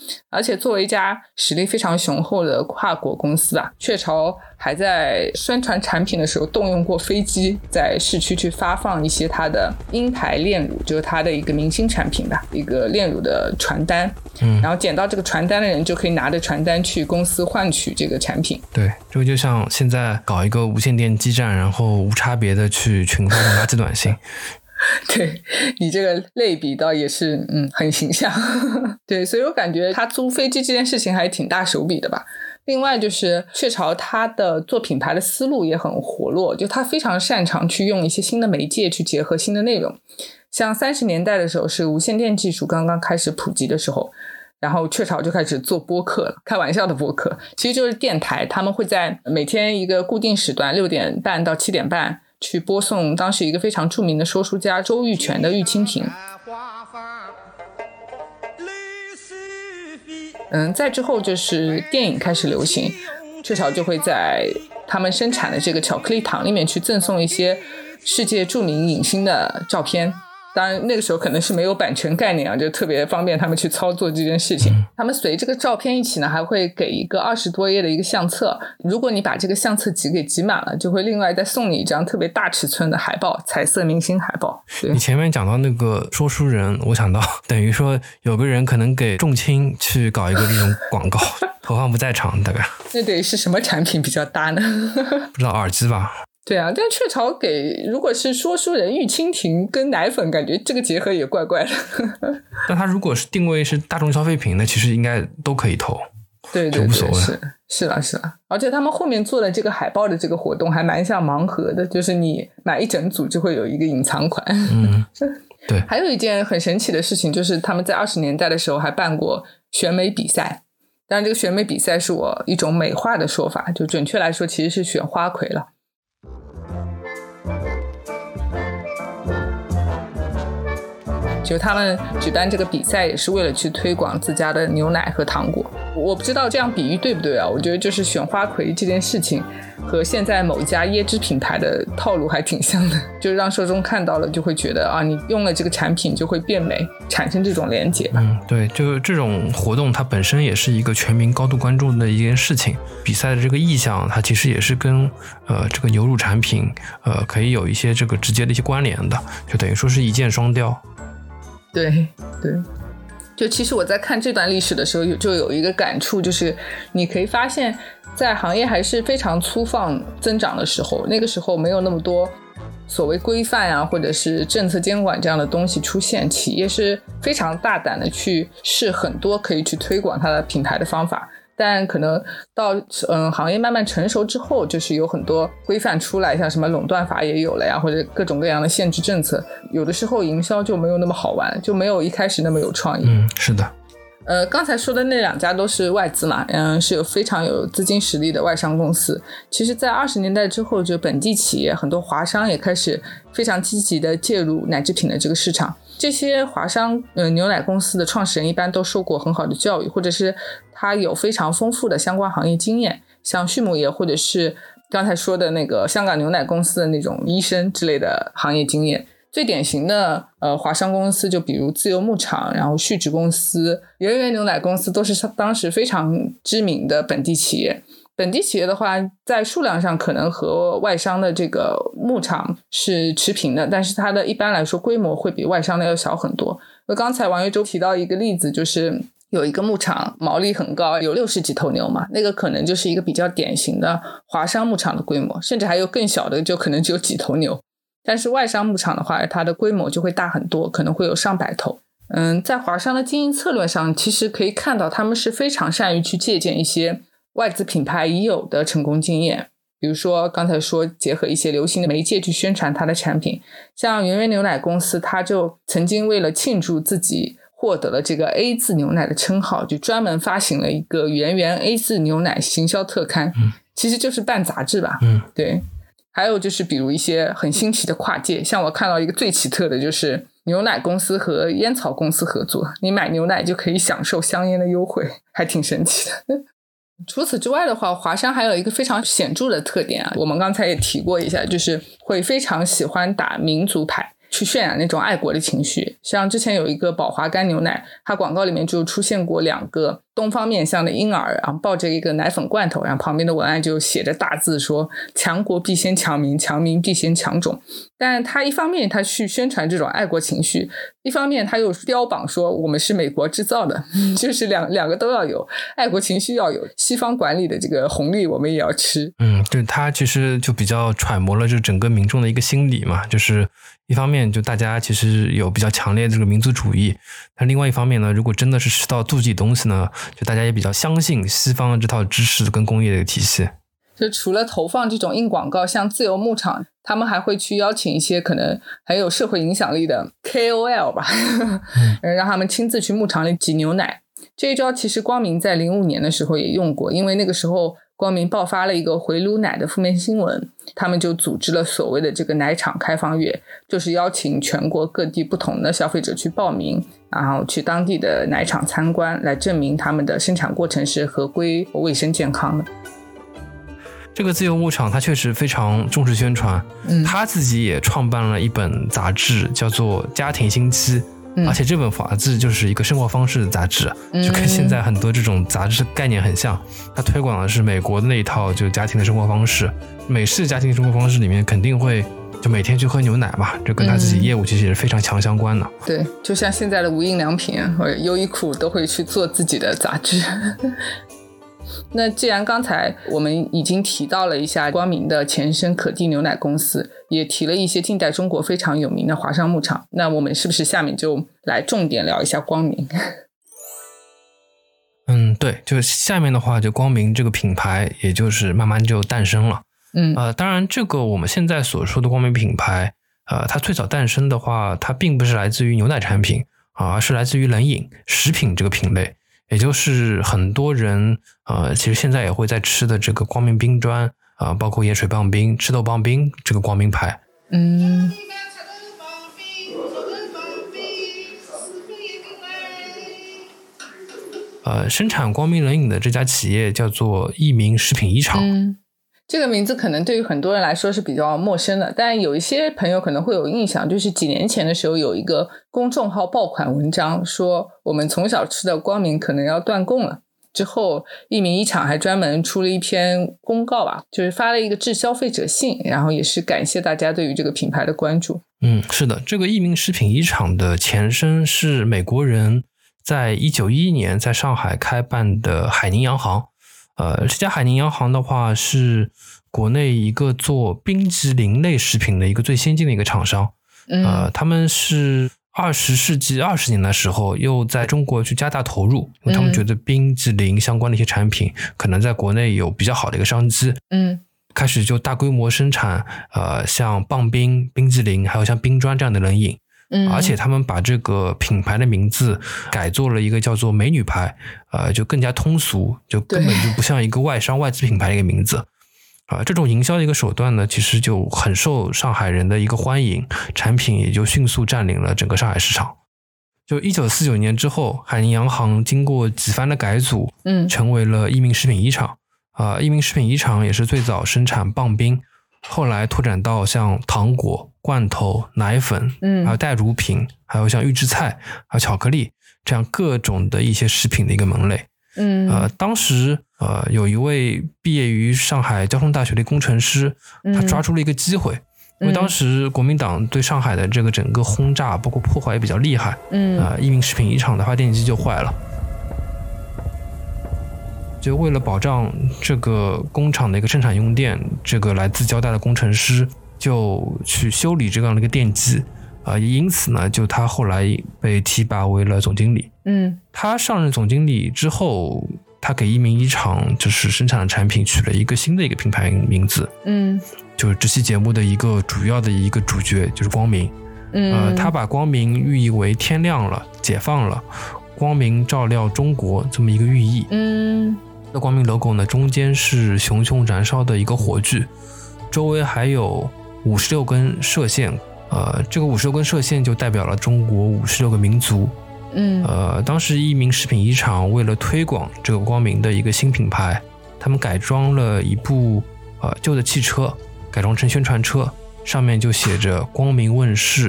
而且作为一家实力非常雄厚的跨国公司啊，雀巢还在宣传产品的时候动用过飞机，在市区去发放一些它的鹰牌炼乳，就是它的一个明星产品吧，一个炼乳的传单。然后捡到这个传单的人就可以拿着传单去公司换取这个产品。 对，这个就像现在搞一个无线电基站，然后无差别的去群发垃圾短信。 对，你这个类比倒也是很形象。对，所以我感觉他租飞机这件事情还挺大手笔的吧。另外就是雀巢它的做品牌的思路也很活络，就它非常擅长去用一些新的媒介去结合新的内容。像30年代的时候是无线电技术刚刚开始普及的时候，然后雀巢就开始做播客了，开玩笑的播客，其实就是电台，他们会在每天一个固定时段6点半到7点半去播送当时一个非常著名的说书家周玉泉的《玉蜻蜓》。再之后就是电影开始流行，雀巢就会在他们生产的这个巧克力糖里面去赠送一些世界著名影星的照片。当然那个时候可能是没有版权概念啊，就特别方便他们去操作这件事情。他们随这个照片一起呢，还会给一个20多页的一个相册，如果你把这个相册集给集满了，就会另外再送你一张特别大尺寸的海报，彩色明星海报。 你前面讲到那个说书人，我想到等于说有个人可能给重青去搞一个这种广告，投放不在场大概。 那得是什么产品比较搭呢？ 不知道，耳机吧。 对啊，但雀巢给如果是说书人玉蜻蜓跟奶粉，感觉这个结合也怪怪的。 但它如果是定位是大众消费品，那其实应该都可以投。 对对对， 无所谓。 是了。而且他们后面做的这个海报的这个活动还蛮像盲盒的，就是你买一整组就会有一个隐藏款。 对。 还有一件很神奇的事情，就是他们在20年代的时候还办过选美比赛。当然这个选美比赛是我一种美化的说法，就准确来说其实是选花魁了。就他们举办这个比赛也是为了去推广自家的牛奶和糖果。我不知道这样比喻对不对啊？我觉得就是选花魁这件事情和现在某一家椰汁品牌的套路还挺像的，就让受众看到了就会觉得啊，你用了这个产品就会变美，产生这种连结吧。 对，就这种活动它本身也是一个全民高度关注的一件事情。比赛的这个意向它其实也是跟这个牛乳产品可以有一些这个直接的一些关联的，就等于说是一箭双雕。 对，就其实我在看这段历史的时候就有一个感触，就是你可以发现在行业还是非常粗放增长的时候，那个时候没有那么多所谓规范啊或者是政策监管这样的东西出现，企业是非常大胆的去试很多可以去推广它的品牌的方法。但可能到行业慢慢成熟之后，就是有很多规范出来，像什么垄断法也有了呀，或者各种各样的限制政策，有的时候营销就没有那么好玩，就没有一开始那么有创意。 是的。 刚才说的那2家都是外资嘛，是有非常有资金实力的外商公司。其实在20年代之后，就本地企业很多华商也开始非常积极的介入奶制品的这个市场。这些华商牛奶公司的创始人一般都受过很好的教育，或者是他有非常丰富的相关行业经验，像畜牧业或者是刚才说的那个香港牛奶公司的那种医生之类的行业经验。最典型的华商公司就比如自由牧场，然后旭植公司、圆圆牛奶公司都是当时非常知名的本地企业。本地企业的话在数量上可能和外商的这个牧场是持平的，但是它的一般来说规模会比外商的要小很多。刚才王月洲提到一个例子，就是有一个牧场毛利很高，有60几头牛嘛，那个可能就是一个比较典型的华商牧场的规模，甚至还有更小的就可能只有几头牛。但是外商牧场的话，它的规模就会大很多，可能会有上百头。在华商的经营策略上，其实可以看到他们是非常善于去借鉴一些外资品牌已有的成功经验，比如说刚才说结合一些流行的媒介去宣传它的产品。像圆圆牛奶公司，它就曾经为了庆祝自己获得了这个 A 字牛奶的称号，就专门发行了一个圆圆 A 字牛奶行销特刊，其实就是办杂志吧。对。还有就是比如一些很新奇的跨界，像我看到一个最奇特的就是牛奶公司和烟草公司合作，你买牛奶就可以享受香烟的优惠，还挺神奇的。除此之外的话，华商还有一个非常显著的特点啊，我们刚才也提过一下，就是会非常喜欢打民族牌。 去渲染那种爱国的情绪。像之前有一个宝华干牛奶，它广告里面就出现过2个东方面向的婴儿，然后抱着一个奶粉罐头，然后旁边的文案就写着大字说强国必先强民，强民必先强种。但它一方面它去宣传这种爱国情绪，一方面它又标榜说我们是美国制造的，就是两个都要有，爱国情绪要有，西方管理的这个红利我们也要吃。 对，它其实就比较揣摩了这整个民众的一个心理嘛，就是一方面就大家其实有比较强烈的这个民族主义，但另外一方面呢，如果真的是吃到肚子里东西呢，就大家也比较相信西方这套知识跟工业的体系。 就除了投放这种硬广告，像自由牧场他们还会去邀请一些可能很有社会影响力的 KOL 吧让他们亲自去牧场里挤牛奶。这一招其实光明在05年的时候也用过，因为那个时候光明爆发了一个回炉奶的负面新闻，他们就组织了所谓的这个奶场开放月，就是邀请全国各地不同的消费者去报名，然后去当地的奶场参观，来证明他们的生产过程是合规卫生健康的。 这个自由牧场他确实非常重视宣传，他自己也创办了一本杂志叫做家庭星期，而且这本杂志就是一个生活方式的杂志，就跟现在很多这种杂志概念很像，它推广的是美国的那一套就家庭的生活方式，美式家庭生活方式里面肯定会就每天去喝牛奶嘛，这跟他自己业务其实也是非常强相关的。 对，就像现在的无印良品或者优衣库都会去做自己的杂志那既然刚才我们已经提到了一下光明的前身可地牛奶公司，也提了一些近代中国非常有名的华商牧场，那我们是不是下面就来重点聊一下光明？ 对，就下面的话就光明这个品牌也就是慢慢就诞生了。当然这个我们现在所说的光明品牌它最早诞生的话，它并不是来自于牛奶产品而是来自于冷饮食品这个品类，也就是很多人其实现在也会在吃的这个光明冰砖包括盐水棒冰、赤豆棒冰这个光明牌。生产光明冷饮的这家企业叫做益民食品一厂。 这个名字可能对于很多人来说是比较陌生的，但有一些朋友可能会有印象，就是几年前的时候有一个公众号爆款文章说我们从小吃的光明可能要断供了，之后益民一厂还专门出了一篇公告吧，就是发了一个致消费者信，然后也是感谢大家对于这个品牌的关注。 是的，这个益民食品一厂的前身是美国人在1911年在上海开办的海宁洋行。这家海宁洋行的话是国内一个做冰激凌类食品的一个最先进的一个厂商。他们是20世纪20年的时候又在中国去加大投入，因为他们觉得冰激凌相关的一些产品可能在国内有比较好的一个商机。开始就大规模生产像棒冰、冰激凌还有像冰砖这样的冷饮。而且他们把这个品牌的名字改做了一个叫做美女牌，就更加通俗，就根本就不像一个外商外资品牌的一个名字。这种营销的一个手段呢，其实就很受上海人的一个欢迎，产品也就迅速占领了整个上海市场。就1949年之后，海宁洋行经过几番的改组，成为了益民食品一厂。益民食品一厂也是最早生产棒冰，后来拓展到像糖果、罐头、奶粉，还有代乳品，还有像预制菜，还有巧克力，这样各种的一些食品的一个门类。当时有一位毕业于上海交通大学的工程师，他抓住了一个机会，因为当时国民党对上海的这个整个轰炸包括破坏也比较厉害，益民食品一厂的发电机就坏了。就为了保障这个工厂的一个生产用电，这个来自交大的工程师就去修理这样的一个电机，也因此呢，就他后来被提拔为了总经理。他上任总经理之后，他给益民一厂就是生产的产品取了一个新的一个品牌名字，就是这期节目的一个主要的一个主角就是光明。他把光明寓意为天亮了、解放了、光明照亮中国这么一个寓意。这光明 logo 呢，中间是熊熊燃烧的一个火炬，周围还有56根射线，这个56根射线就代表了中国56个民族。当时益民食品一厂为了推广这个光明的一个新品牌，他们改装了一部旧的汽车，改装成宣传车，上面就写着光明问世，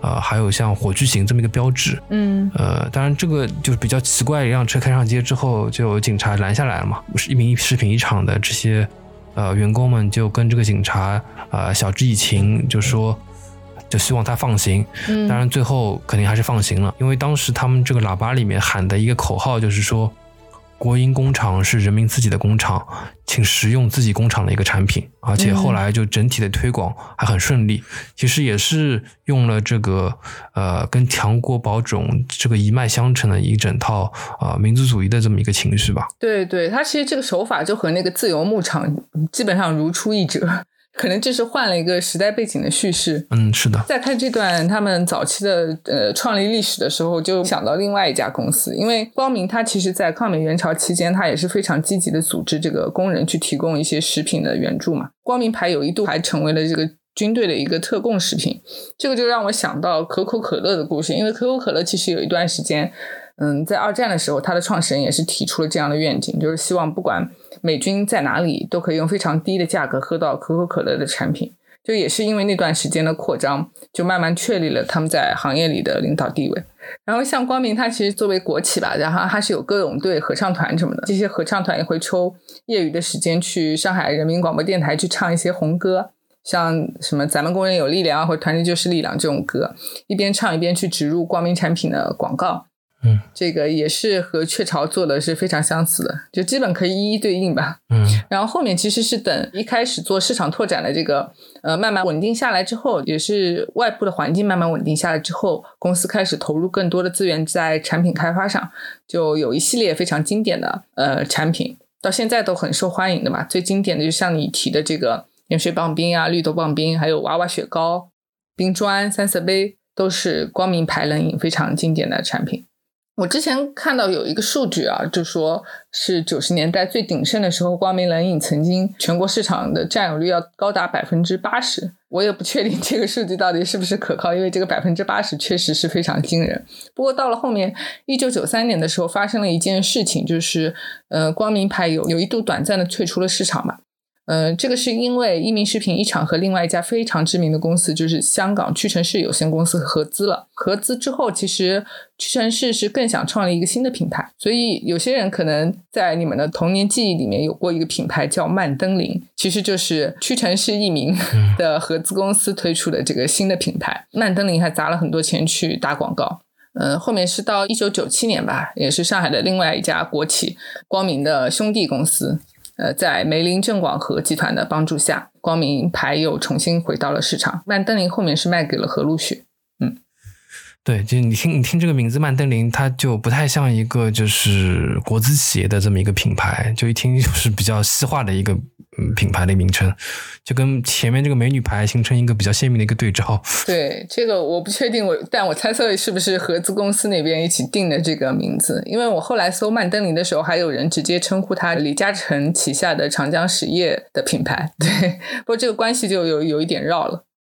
还有像火炬型这么一个标志。当然这个就是比较奇怪，一辆车开上街之后就有警察拦下来了嘛，一名食品一厂的这些员工们就跟这个警察晓之以情，就说就希望他放行。当然最后肯定还是放行了，因为当时他们这个喇叭里面喊的一个口号就是说，国营工厂是人民自己的工厂，请食用自己工厂的一个产品。而且后来就整体的推广还很顺利，其实也是用了这个跟强国宝种这个一脉相承的一整套民族主义的这么一个情绪吧。 对对，他其实这个手法就和那个自由牧场基本上如出一辙，可能就是换了一个时代背景的叙事。 是的。 在看这段他们早期的创立历史的时候，就想到另外一家公司，因为光明它其实在抗美援朝期间，它也是非常积极的组织这个工人去提供一些食品的援助嘛。光明牌有一度还成为了这个军队的一个特供食品，这个就让我想到可口可乐的故事，因为可口可乐其实有一段时间在二战的时候，它的创始人也是提出了这样的愿景，就是希望不管美军在哪里都可以用非常低的价格喝到可口可乐的产品。就也是因为那段时间的扩张，就慢慢确立了他们在行业里的领导地位。然后像光明它其实作为国企吧，然后它是有歌咏队、合唱团什么的，这些合唱团也会抽业余的时间去上海人民广播电台去唱一些红歌，像什么咱们工人有力量或者团结就是力量这种歌，一边唱一边去植入光明产品的广告。这个也是和雀巢做的是非常相似的，就基本可以一一对应吧。然后后面其实是等一开始做市场拓展的这个慢慢稳定下来之后，也是外部的环境慢慢稳定下来之后，公司开始投入更多的资源在产品开发上，就有一系列非常经典的产品，到现在都很受欢迎的嘛。最经典的就像你提的这个盐水棒冰啊、绿豆棒冰，还有娃娃雪糕、冰砖、三色杯，都是光明牌冷饮非常经典的产品。我之前看到有一个数据啊，就说是90年代最鼎盛的时候，光明冷饮曾经全国市场的占有率要高达 80%。 我也不确定这个数据到底是不是可靠，因为这个 80% 确实是非常惊人。不过到了后面1993年的时候发生了一件事情，就是光明牌有一度短暂的退出了市场吧。这个是因为一鸣食品一厂和另外一家非常知名的公司，就是香港屈臣氏有限公司合资了。合资之后，其实屈臣氏是更想创立一个新的品牌，所以有些人可能在你们的童年记忆里面有过一个品牌叫曼登林，其实就是屈臣氏一鸣的合资公司推出的这个新的品牌。曼登林还砸了很多钱去打广告。后面是到1997年吧，也是上海的另外一家国企光明的兄弟公司，在梅林郑广和集团的帮助下，光明牌又重新回到了市场。曼登林后面是卖给了和路雪。 对，就你听这个名字曼登林，它就不太像一个就是国资企业的这么一个品牌，就一听就是比较西化的一个品牌的名称，就跟前面这个美女牌形成一个比较鲜明的一个对照。 对，这个我不确定，但我猜测是不是合资公司那边一起定的这个名字，因为我后来搜曼登林的时候，还有人直接称呼它李嘉诚旗下的长江实业的品牌。对，不过这个关系就有一点绕了。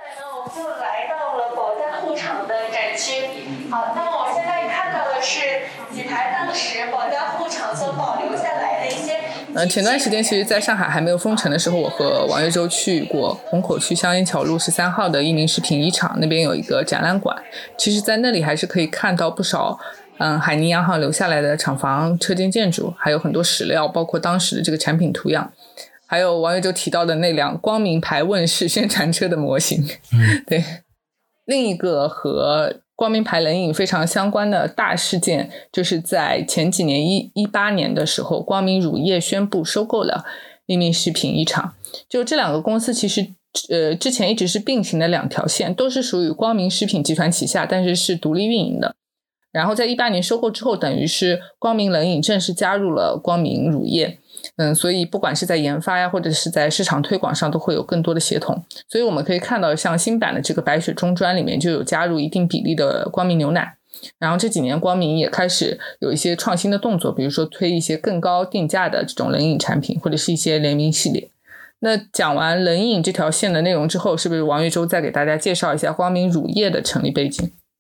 好，那么我现在看到的是几台当时保家护厂所保留下来的一些前段时间其实在上海还没有封城的时候，我和王岳洲去过虹口区香烟桥路13号的一鸣食品一厂，那边有一个展览馆，其实在那里还是可以看到不少海宁洋行留下来的厂房车间建筑，还有很多史料，包括当时的这个产品图样，还有王岳洲提到的那辆光明牌问世宣传车的模型。对，另一个和光明牌冷饮非常相关的大事件，就是在前几年18年的时候，光明乳业宣布收购了一鸣食品一厂。就这两个公司其实之前一直是并行的两条线，都是属于光明食品集团旗下，但是是独立运营的。然后在18年收购之后，等于是光明冷饮正式加入了光明乳业。所以不管是在研发呀，或者是在市场推广上，都会有更多的协同。所以我们可以看到，像新版的这个白雪中专里面就有加入一定比例的光明牛奶。然后这几年光明也开始有一些创新的动作，比如说推一些更高定价的这种冷饮产品，或者是一些联名系列。那讲完冷饮这条线的内容之后，是不是王岳洲再给大家介绍一下光明乳业的成立背景？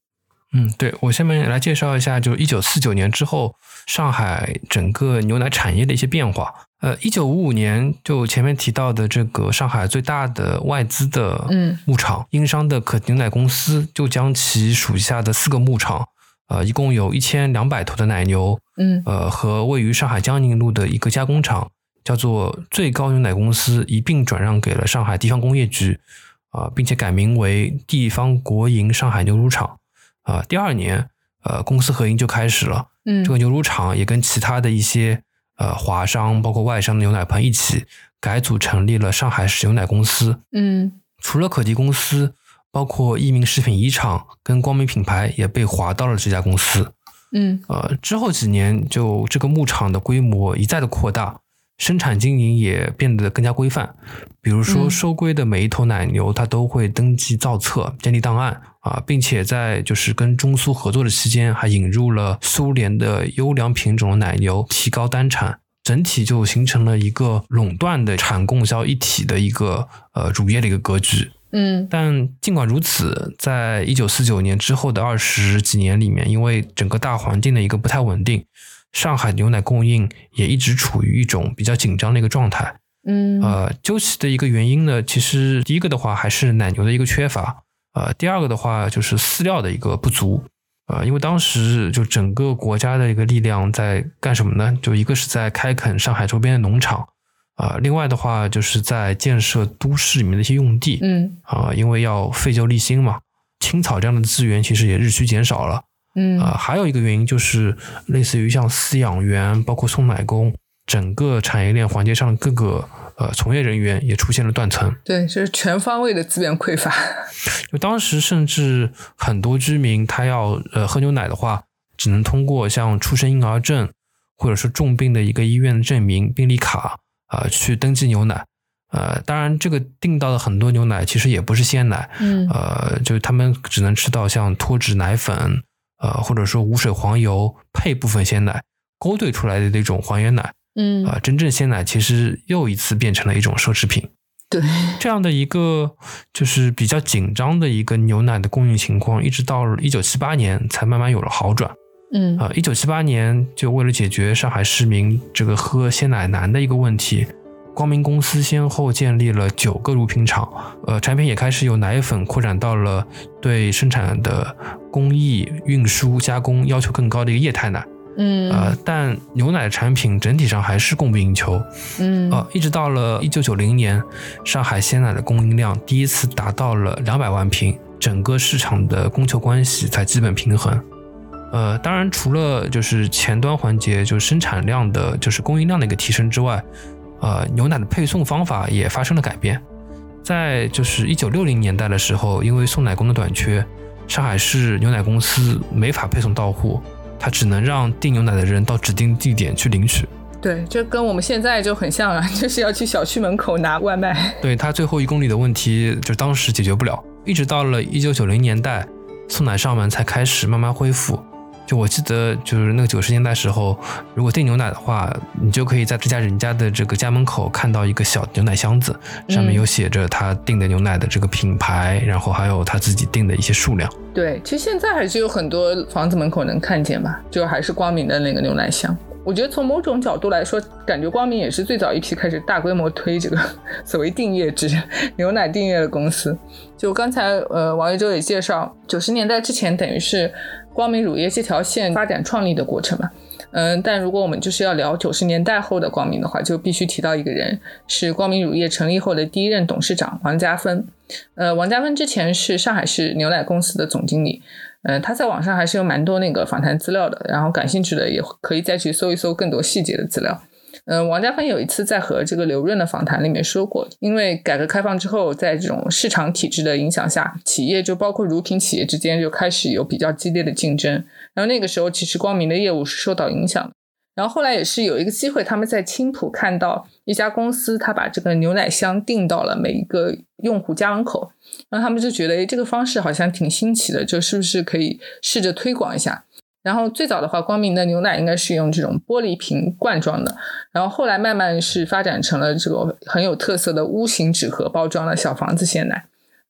对，我下面来介绍一下，就1949年之后上海整个牛奶产业的一些变化。1955年就前面提到的这个上海最大的外资的牧场英商的可牛奶公司，就将其属下的4个牧场，一共有1200头的奶牛，和位于上海江宁路的一个加工厂，叫做最高牛奶公司，一并转让给了上海地方工业局，并且改名为地方国营上海牛乳厂。第2年，公司合营就开始了。这个牛乳厂也跟其他的一些华商包括外商的牛奶棚一起改组成立了上海市牛奶公司。除了可滴公司，包括益民食品颐厂跟光明品牌也被划到了这家公司。之后几年就这个牧场的规模一再的扩大，生产经营也变得更加规范。比如说收归的每一头奶牛它都会登记造册建立档案，并且在就是跟中苏合作的期间还引入了苏联的优良品种的奶牛，提高单产，整体就形成了一个垄断的产供销一体的一个乳业的一个格局。但尽管如此，在1949年之后的20几年里面，因为整个大环境的一个不太稳定，上海牛奶供应也一直处于一种比较紧张的一个状态。究其的一个原因呢，其实第一个的话还是奶牛的一个缺乏，第二个的话就是饲料的一个不足。因为当时就整个国家的一个力量在干什么呢？就一个是在开垦上海周边的农场，另外的话就是在建设都市里面的一些用地。因为要废旧立新嘛，青草这样的资源其实也日趋减少了。还有一个原因就是类似于像饲养员包括送奶工，整个产业链环节上各个从业人员也出现了断层。 对，就是全方位的资源匮乏。 就当时甚至很多居民他要喝牛奶的话，只能通过像出生婴儿证或者说重病的一个医院的证明病历卡去登记牛奶。当然这个订到的很多牛奶其实也不是鲜奶，就是他们只能吃到像脱脂奶粉或者说无水黄油配部分鲜奶勾兑出来的那种还原奶。真正鲜奶其实又一次变成了一种奢侈品。 对， 这样的一个就是比较紧张的一个牛奶的供应情况，一直到1978年才慢慢有了好转。1978年就为了解决上海市民这个喝鲜奶难的一个问题，光明公司先后建立了9个乳品厂，产品也开始由奶粉扩展到了对生产的工艺、运输、加工要求更高的一个液态奶。但牛奶产品整体上还是供不应求。一直到了1990年，上海鲜奶的供应量第一次达到了200万瓶，整个市场的供求关系才基本平衡。当然除了就是前端环节就是生产量的就是供应量的一个提升之外，牛奶的配送方法也发生了改变。在就是1960年代的时候，因为送奶工的短缺，上海市牛奶公司没法配送到户，他只能让订牛奶的人到指定地点去领取。 对，这跟我们现在就很像啊，就是要去小区门口拿外卖。 对，他最后1公里的问题就当时解决不了，一直到了1990年代送奶上门才开始慢慢恢复。就我记得就是那个90年代时候，如果订牛奶的话，你就可以在这家人家的这个家门口看到一个小牛奶箱子，上面有写着他订的牛奶的这个品牌，然后还有他自己订的一些数量。 对，其实现在还是有很多房子门口能看见吧，就还是光明的那个牛奶箱。我觉得从某种角度来说，感觉光明也是最早一批开始大规模推这个所谓订阅制牛奶订阅的公司。就刚才王一舟也介绍90年代之前等于是光明乳业这条线发展创立的过程嘛。但如果我们就是要聊90年代后的光明的话，就必须提到一个人，是光明乳业成立后的第一任董事长王家芬。王家芬之前是上海市牛奶公司的总经理。他在网上还是有蛮多那个访谈资料的，然后感兴趣的也可以再去搜一搜更多细节的资料。王家芬有一次在和这个刘润的访谈里面说过，因为改革开放之后，在这种市场体制的影响下，企业就包括乳品企业之间就开始有比较激烈的竞争，然后那个时候其实光明的业务是受到影响的。然后后来也是有一个机会，他们在青浦看到一家公司，他把这个牛奶箱订到了每一个用户家门口，然后他们就觉得这个方式好像挺新奇的，就是不是可以试着推广一下。然后最早的话，光明的牛奶应该是用这种玻璃瓶罐装的，然后后来慢慢是发展成了这个很有特色的屋形纸盒包装的小房子鲜奶。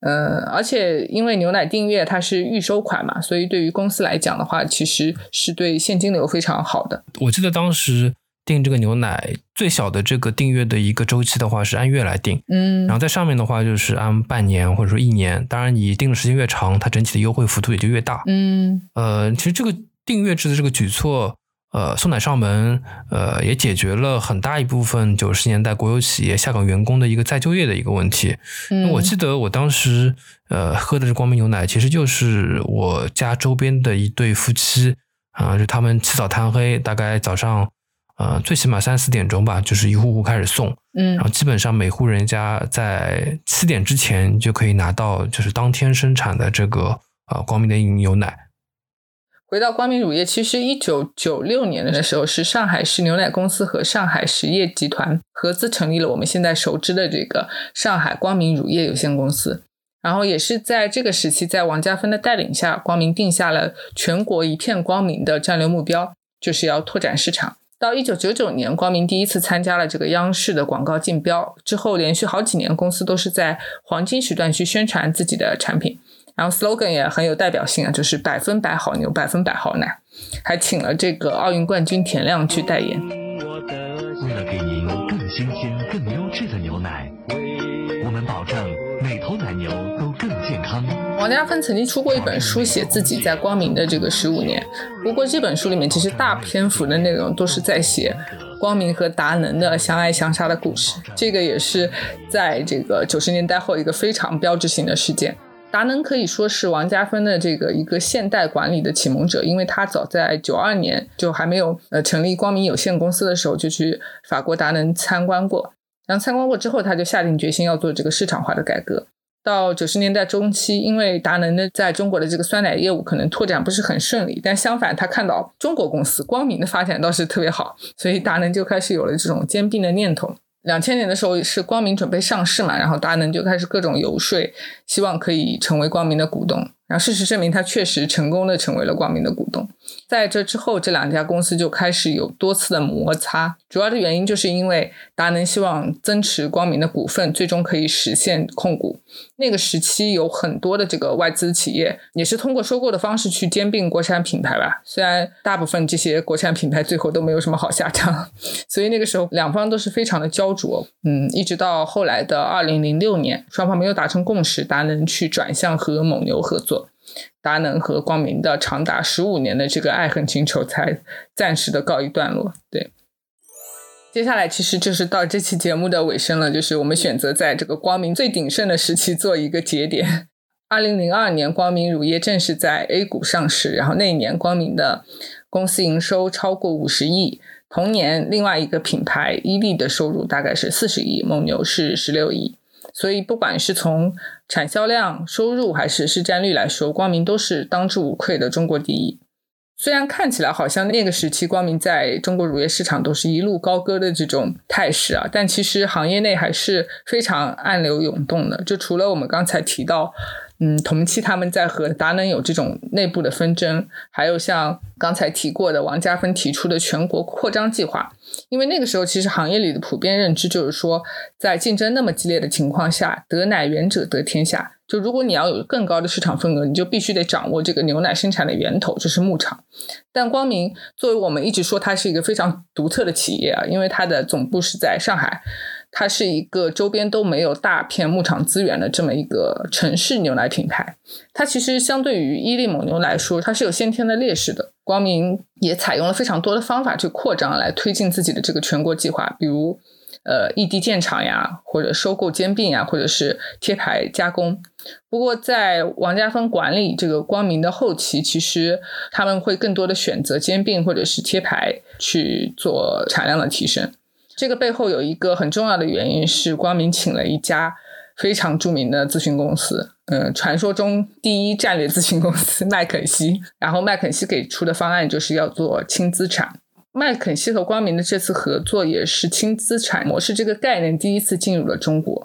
而且因为牛奶订阅它是预收款嘛，所以对于公司来讲的话，其实是对现金流非常好的。 我记得当时订这个牛奶最小的这个订阅的一个周期的话是按月来订，然后在上面的话就是按半年或者说1年，当然你订的时间越长，它整体的优惠幅度也就越大。其实这个订阅制的这个举措送奶上门也解决了很大一部分90年代国有企业下岗员工的一个再就业的一个问题。我记得我当时喝的这光明牛奶其实就是我家周边的一对夫妻就他们起早贪黑，大概早上最起码3-4点钟吧，就是一户户开始送，然后基本上每户人家在7点之前就可以拿到就是当天生产的这个光明的牛奶。 回到光明乳业，其实1996年的时候是上海市牛奶公司和上海实业集团合资成立了我们现在熟知的这个上海光明乳业有限公司。然后也是在这个时期，在王家芬的带领下，光明定下了全国一片光明的战略目标，就是要拓展市场。到1999年，光明第一次参加了这个央视的广告竞标，之后连续好几年公司都是在黄金时段去宣传自己的产品，然后 slogan 也很有代表性就是100%好牛100%好奶，还请了这个奥运冠军田亮去代言。 为了给您更新鲜更优质的牛奶，我们保证每头奶牛都更健康。 王家芬曾经出过一本书，写自己在光明的这个15年，不过这本书里面其实大篇幅的内容都是在写光明和达能的相爱相杀的故事，这个也是在这个90年代后一个非常标志性的事件。达能可以说是王家芬的这个一个现代管理的启蒙者，因为他早在92年就还没有成立光明有限公司的时候就去法国达能参观过，然后参观过之后他就下定决心要做这个市场化的改革。到90年代中期，因为达能的在中国的这个酸奶业务可能拓展不是很顺利，但相反他看到中国公司光明的发展倒是特别好，所以达能就开始有了这种兼并的念头。2000年的时候是光明准备上市嘛，然后达能就开始各种游说，希望可以成为光明的股东，然后事实证明他确实成功的成为了光明的股东。在这之后，这两家公司就开始有多次的摩擦，主要的原因就是因为达能希望增持光明的股份，最终可以实现控股。那个时期有很多的这个外资企业也是通过收购的方式去兼并国产品牌吧，虽然大部分这些国产品牌最后都没有什么好下场，所以那个时候两方都是非常的焦灼。一直到后来的2006年，双方没有达成共识，达能去转向和蒙牛合作，达能和光明的长达15年的这个爱恨情仇才暂时的告一段落。对，接下来其实就是到这期节目的尾声了，就是我们选择在这个光明最鼎盛的时期做一个节点。2002年光明乳业正式在 A 股上市，然后那一年光明的公司营收超过50亿，同年另外一个品牌伊利的收入大概是40亿，蒙牛是16亿。所以不管是从产销量、收入还是市占率来说，光明都是当之无愧的中国第一。虽然看起来好像那个时期光明在中国乳业市场都是一路高歌的这种态势但其实行业内还是非常暗流涌动的。就除了我们刚才提到同期他们在和达能有这种内部的纷争，还有像刚才提过的王家芬提出的全国扩张计划。因为那个时候其实行业里的普遍认知就是说，在竞争那么激烈的情况下，得奶源者得天下，就如果你要有更高的市场份额，你就必须得掌握这个牛奶生产的源头，就是牧场。但光明作为我们一直说它是一个非常独特的企业因为它的总部是在上海，它是一个周边都没有大片牧场资源的这么一个城市牛奶品牌，它其实相对于伊利蒙牛来说，它是有先天的劣势的。光明也采用了非常多的方法去扩张，来推进自己的这个全国计划，比如异地建厂呀，或者收购兼并呀，或者是贴牌加工。不过在王家芬管理这个光明的后期，其实他们会更多的选择兼并或者是贴牌去做产量的提升。这个背后有一个很重要的原因是光明请了一家非常著名的咨询公司，传说中第一战略咨询公司麦肯锡，然后麦肯锡给出的方案就是要做轻资产。麦肯锡和光明的这次合作也是轻资产模式这个概念第一次进入了中国。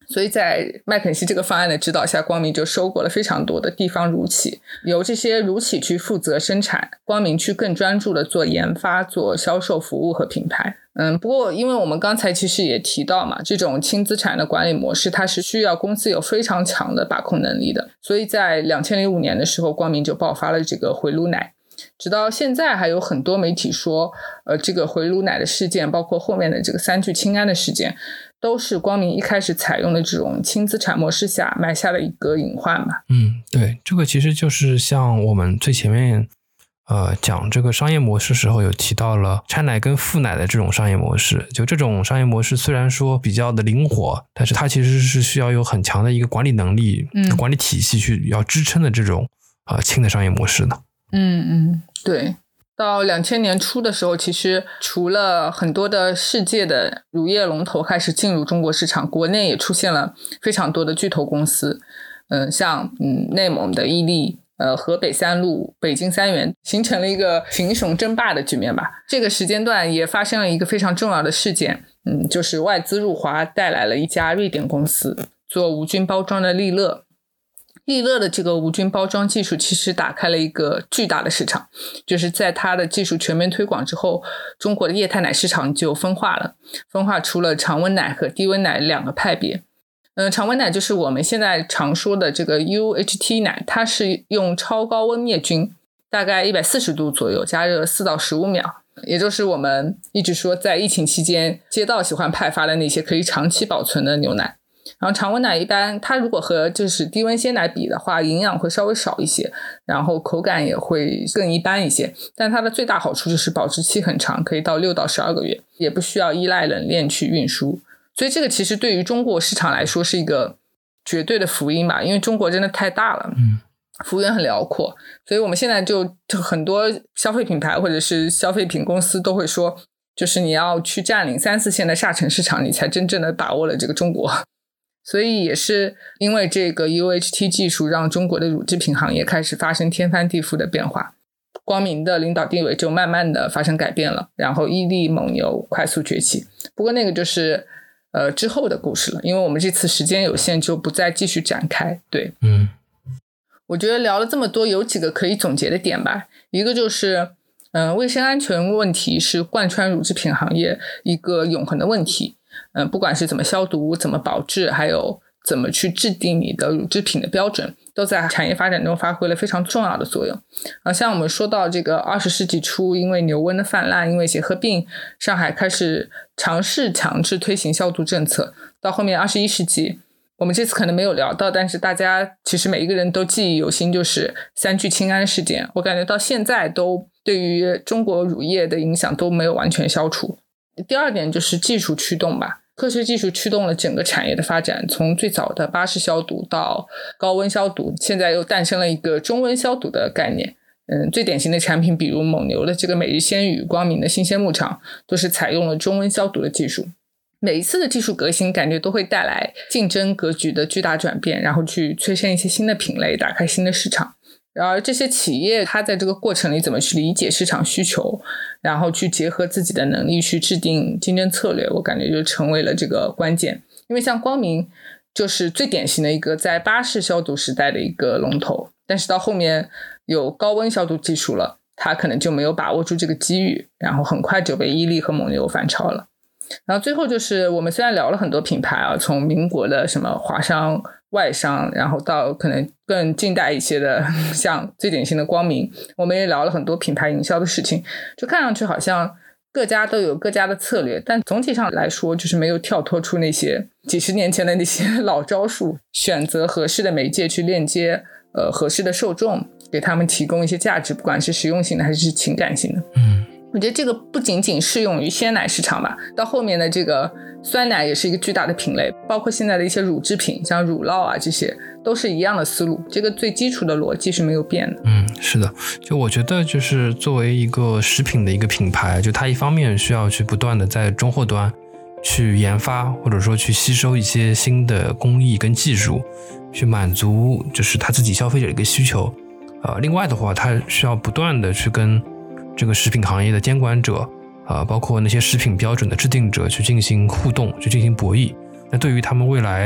所以在麦肯锡这个方案的指导下，光明就收购了非常多的地方乳企，由这些乳企去负责生产，光明去更专注的做研发、做销售服务和品牌。不过因为我们刚才其实也提到嘛，这种轻资产的管理模式它是需要公司有非常强的把控能力的，所以在2005年的时候，光明就爆发了这个回炉奶。直到现在还有很多媒体说这个回炉奶的事件，包括后面的这个3聚氰胺的事件，都是光明一开始采用的这种轻资产模式下埋下的一个隐患吧。 对，这个其实就是像我们最前面讲这个商业模式时候有提到了掺奶跟复奶的这种商业模式，就这种商业模式虽然说比较的灵活，但是它其实是需要有很强的一个管理能力、管理体系去要支撑的这种轻的商业模式的。 对。到2000年初的时候，其实除了很多的世界的乳业龙头开始进入中国市场，国内也出现了非常多的巨头公司，像内蒙的伊利、河北三鹿、北京三元，形成了一个群雄争霸的局面吧。这个时间段也发生了一个非常重要的事件，就是外资入华带来了一家瑞典公司做无菌包装的利乐。利乐的这个无菌包装技术其实打开了一个巨大的市场，就是在它的技术全面推广之后，中国的液态奶市场就分化出了常温奶和低温奶2个派别。常温奶就是我们现在常说的这个 UHT 奶，它是用超高温灭菌，大概140度左右，加热4到15秒，也就是我们一直说在疫情期间街道喜欢派发的那些可以长期保存的牛奶。然后常温奶一般它如果和就是低温鲜奶比的话，营养会稍微少一些，然后口感也会更一般一些，但它的最大好处就是保质期很长，可以到6到12个月，也不需要依赖冷链去运输。所以这个其实对于中国市场来说是一个绝对的福音吧，因为中国真的太大了，幅员很辽阔，所以我们现在就很多消费品牌或者是消费品公司都会说，就是你要去占领3、4线的下沉市场，你才真正的把握了这个中国。所以也是因为这个 UHT 技术，让中国的乳制品行业开始发生天翻地覆的变化，光明的领导地位就慢慢的发生改变了，然后伊利、蒙牛快速崛起。不过那个就是之后的故事了，因为我们这次时间有限，就不再继续展开。对，我觉得聊了这么多，有几个可以总结的点吧。一个就是卫生安全问题是贯穿乳制品行业一个永恒的问题。不管是怎么消毒、怎么保质，还有怎么去制定你的乳制品的标准，都在产业发展中发挥了非常重要的作用。像我们说到这个20世纪初，因为牛瘟的泛滥，因为结核病，上海开始尝试强制推行消毒政策。到后面21世纪，我们这次可能没有聊到，但是大家其实每一个人都记忆犹新，就是3聚氰胺事件。我感觉到现在都对于中国乳业的影响都没有完全消除。第二点就是技术驱动吧，科学技术驱动了整个产业的发展，从最早的巴氏消毒到高温消毒，现在又诞生了一个中温消毒的概念。最典型的产品比如蒙牛的这个每日鲜语、光明的新鲜牧场，都是采用了中温消毒的技术。每一次的技术革新感觉都会带来竞争格局的巨大转变，然后去催生一些新的品类，打开新的市场。然而这些企业它在这个过程里怎么去理解市场需求，然后去结合自己的能力去制定竞争策略，我感觉就成为了这个关键。因为像光明就是最典型的一个在巴氏消毒时代的一个龙头，但是到后面有高温消毒技术了，它可能就没有把握住这个机遇，然后很快就被伊利和蒙牛反超了。然后最后就是我们虽然聊了很多品牌啊，从民国的什么华商、外商，然后到可能更近代一些的像最典型的光明，我们也聊了很多品牌营销的事情，就看上去好像各家都有各家的策略，但总体上来说就是没有跳脱出那些几十年前的那些老招数，选择合适的媒介去链接合适的受众，给他们提供一些价值，不管是实用性的还是情感性的。我觉得这个不仅仅适用于鲜奶市场吧，到后面的这个酸奶也是一个巨大的品类，包括现在的一些乳制品像乳酪啊，这些都是一样的思路，这个最基础的逻辑是没有变的。 是的，就我觉得就是作为一个食品的一个品牌，就它一方面需要去不断的在中后端去研发，或者说去吸收一些新的工艺跟技术，去满足就是它自己消费者的一个需求。另外的话，它需要不断的去跟这个食品行业的监管者包括那些食品标准的制定者去进行互动，去进行博弈。那对于他们未来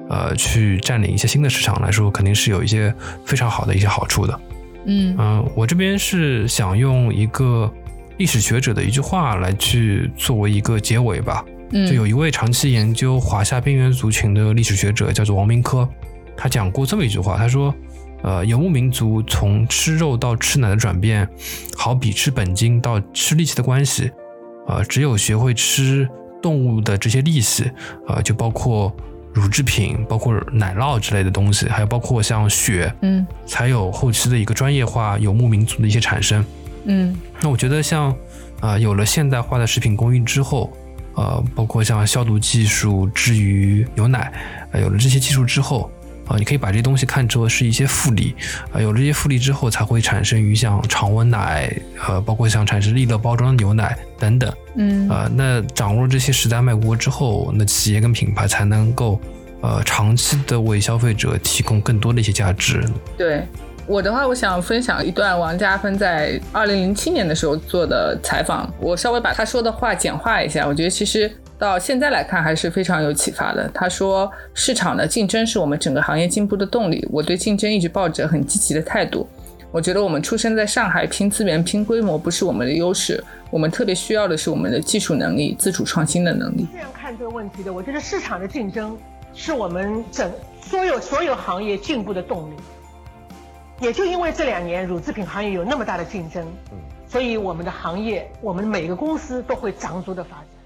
去占领一些新的市场来说，肯定是有一些非常好的一些好处的。我这边是想用一个历史学者的一句话来去作为一个结尾吧。就有一位长期研究华夏边缘族群的历史学者叫做王明珂，他讲过这么一句话，他说游牧民族从吃肉到吃奶的转变，好比吃本金到吃力气的关系。只有学会吃动物的这些力气，就包括乳制品，包括奶酪之类的东西，还有包括像血，才有后期的一个专业化游牧民族的一些产生。那我觉得像有了现代化的食品工艺之后，包括像消毒技术、制鱼、牛奶，有了这些技术之后，你可以把这些东西看作是一些复利，有了这些复利之后，才会产生于像常温奶，包括像产生利乐包装的牛奶等等。那掌握这些时代脉搏之后，那企业跟品牌才能够长期的为消费者提供更多的一些价值。 对。我的话，我想分享一段王家芬在2007年的时候做的采访，我稍微把他说的话简化一下，我觉得其实到现在来看还是非常有启发的。他说，市场的竞争是我们整个行业进步的动力，我对竞争一直抱着很积极的态度。我觉得我们出生在上海，拼资源拼规模不是我们的优势，我们特别需要的是我们的技术能力、自主创新的能力。 这样看这个问题的，我觉得市场的竞争是我们所有行业进步的动力。也就因为这2年乳制品行业有那么大的竞争，所以我们的行业，我们每个公司都会长足的发展。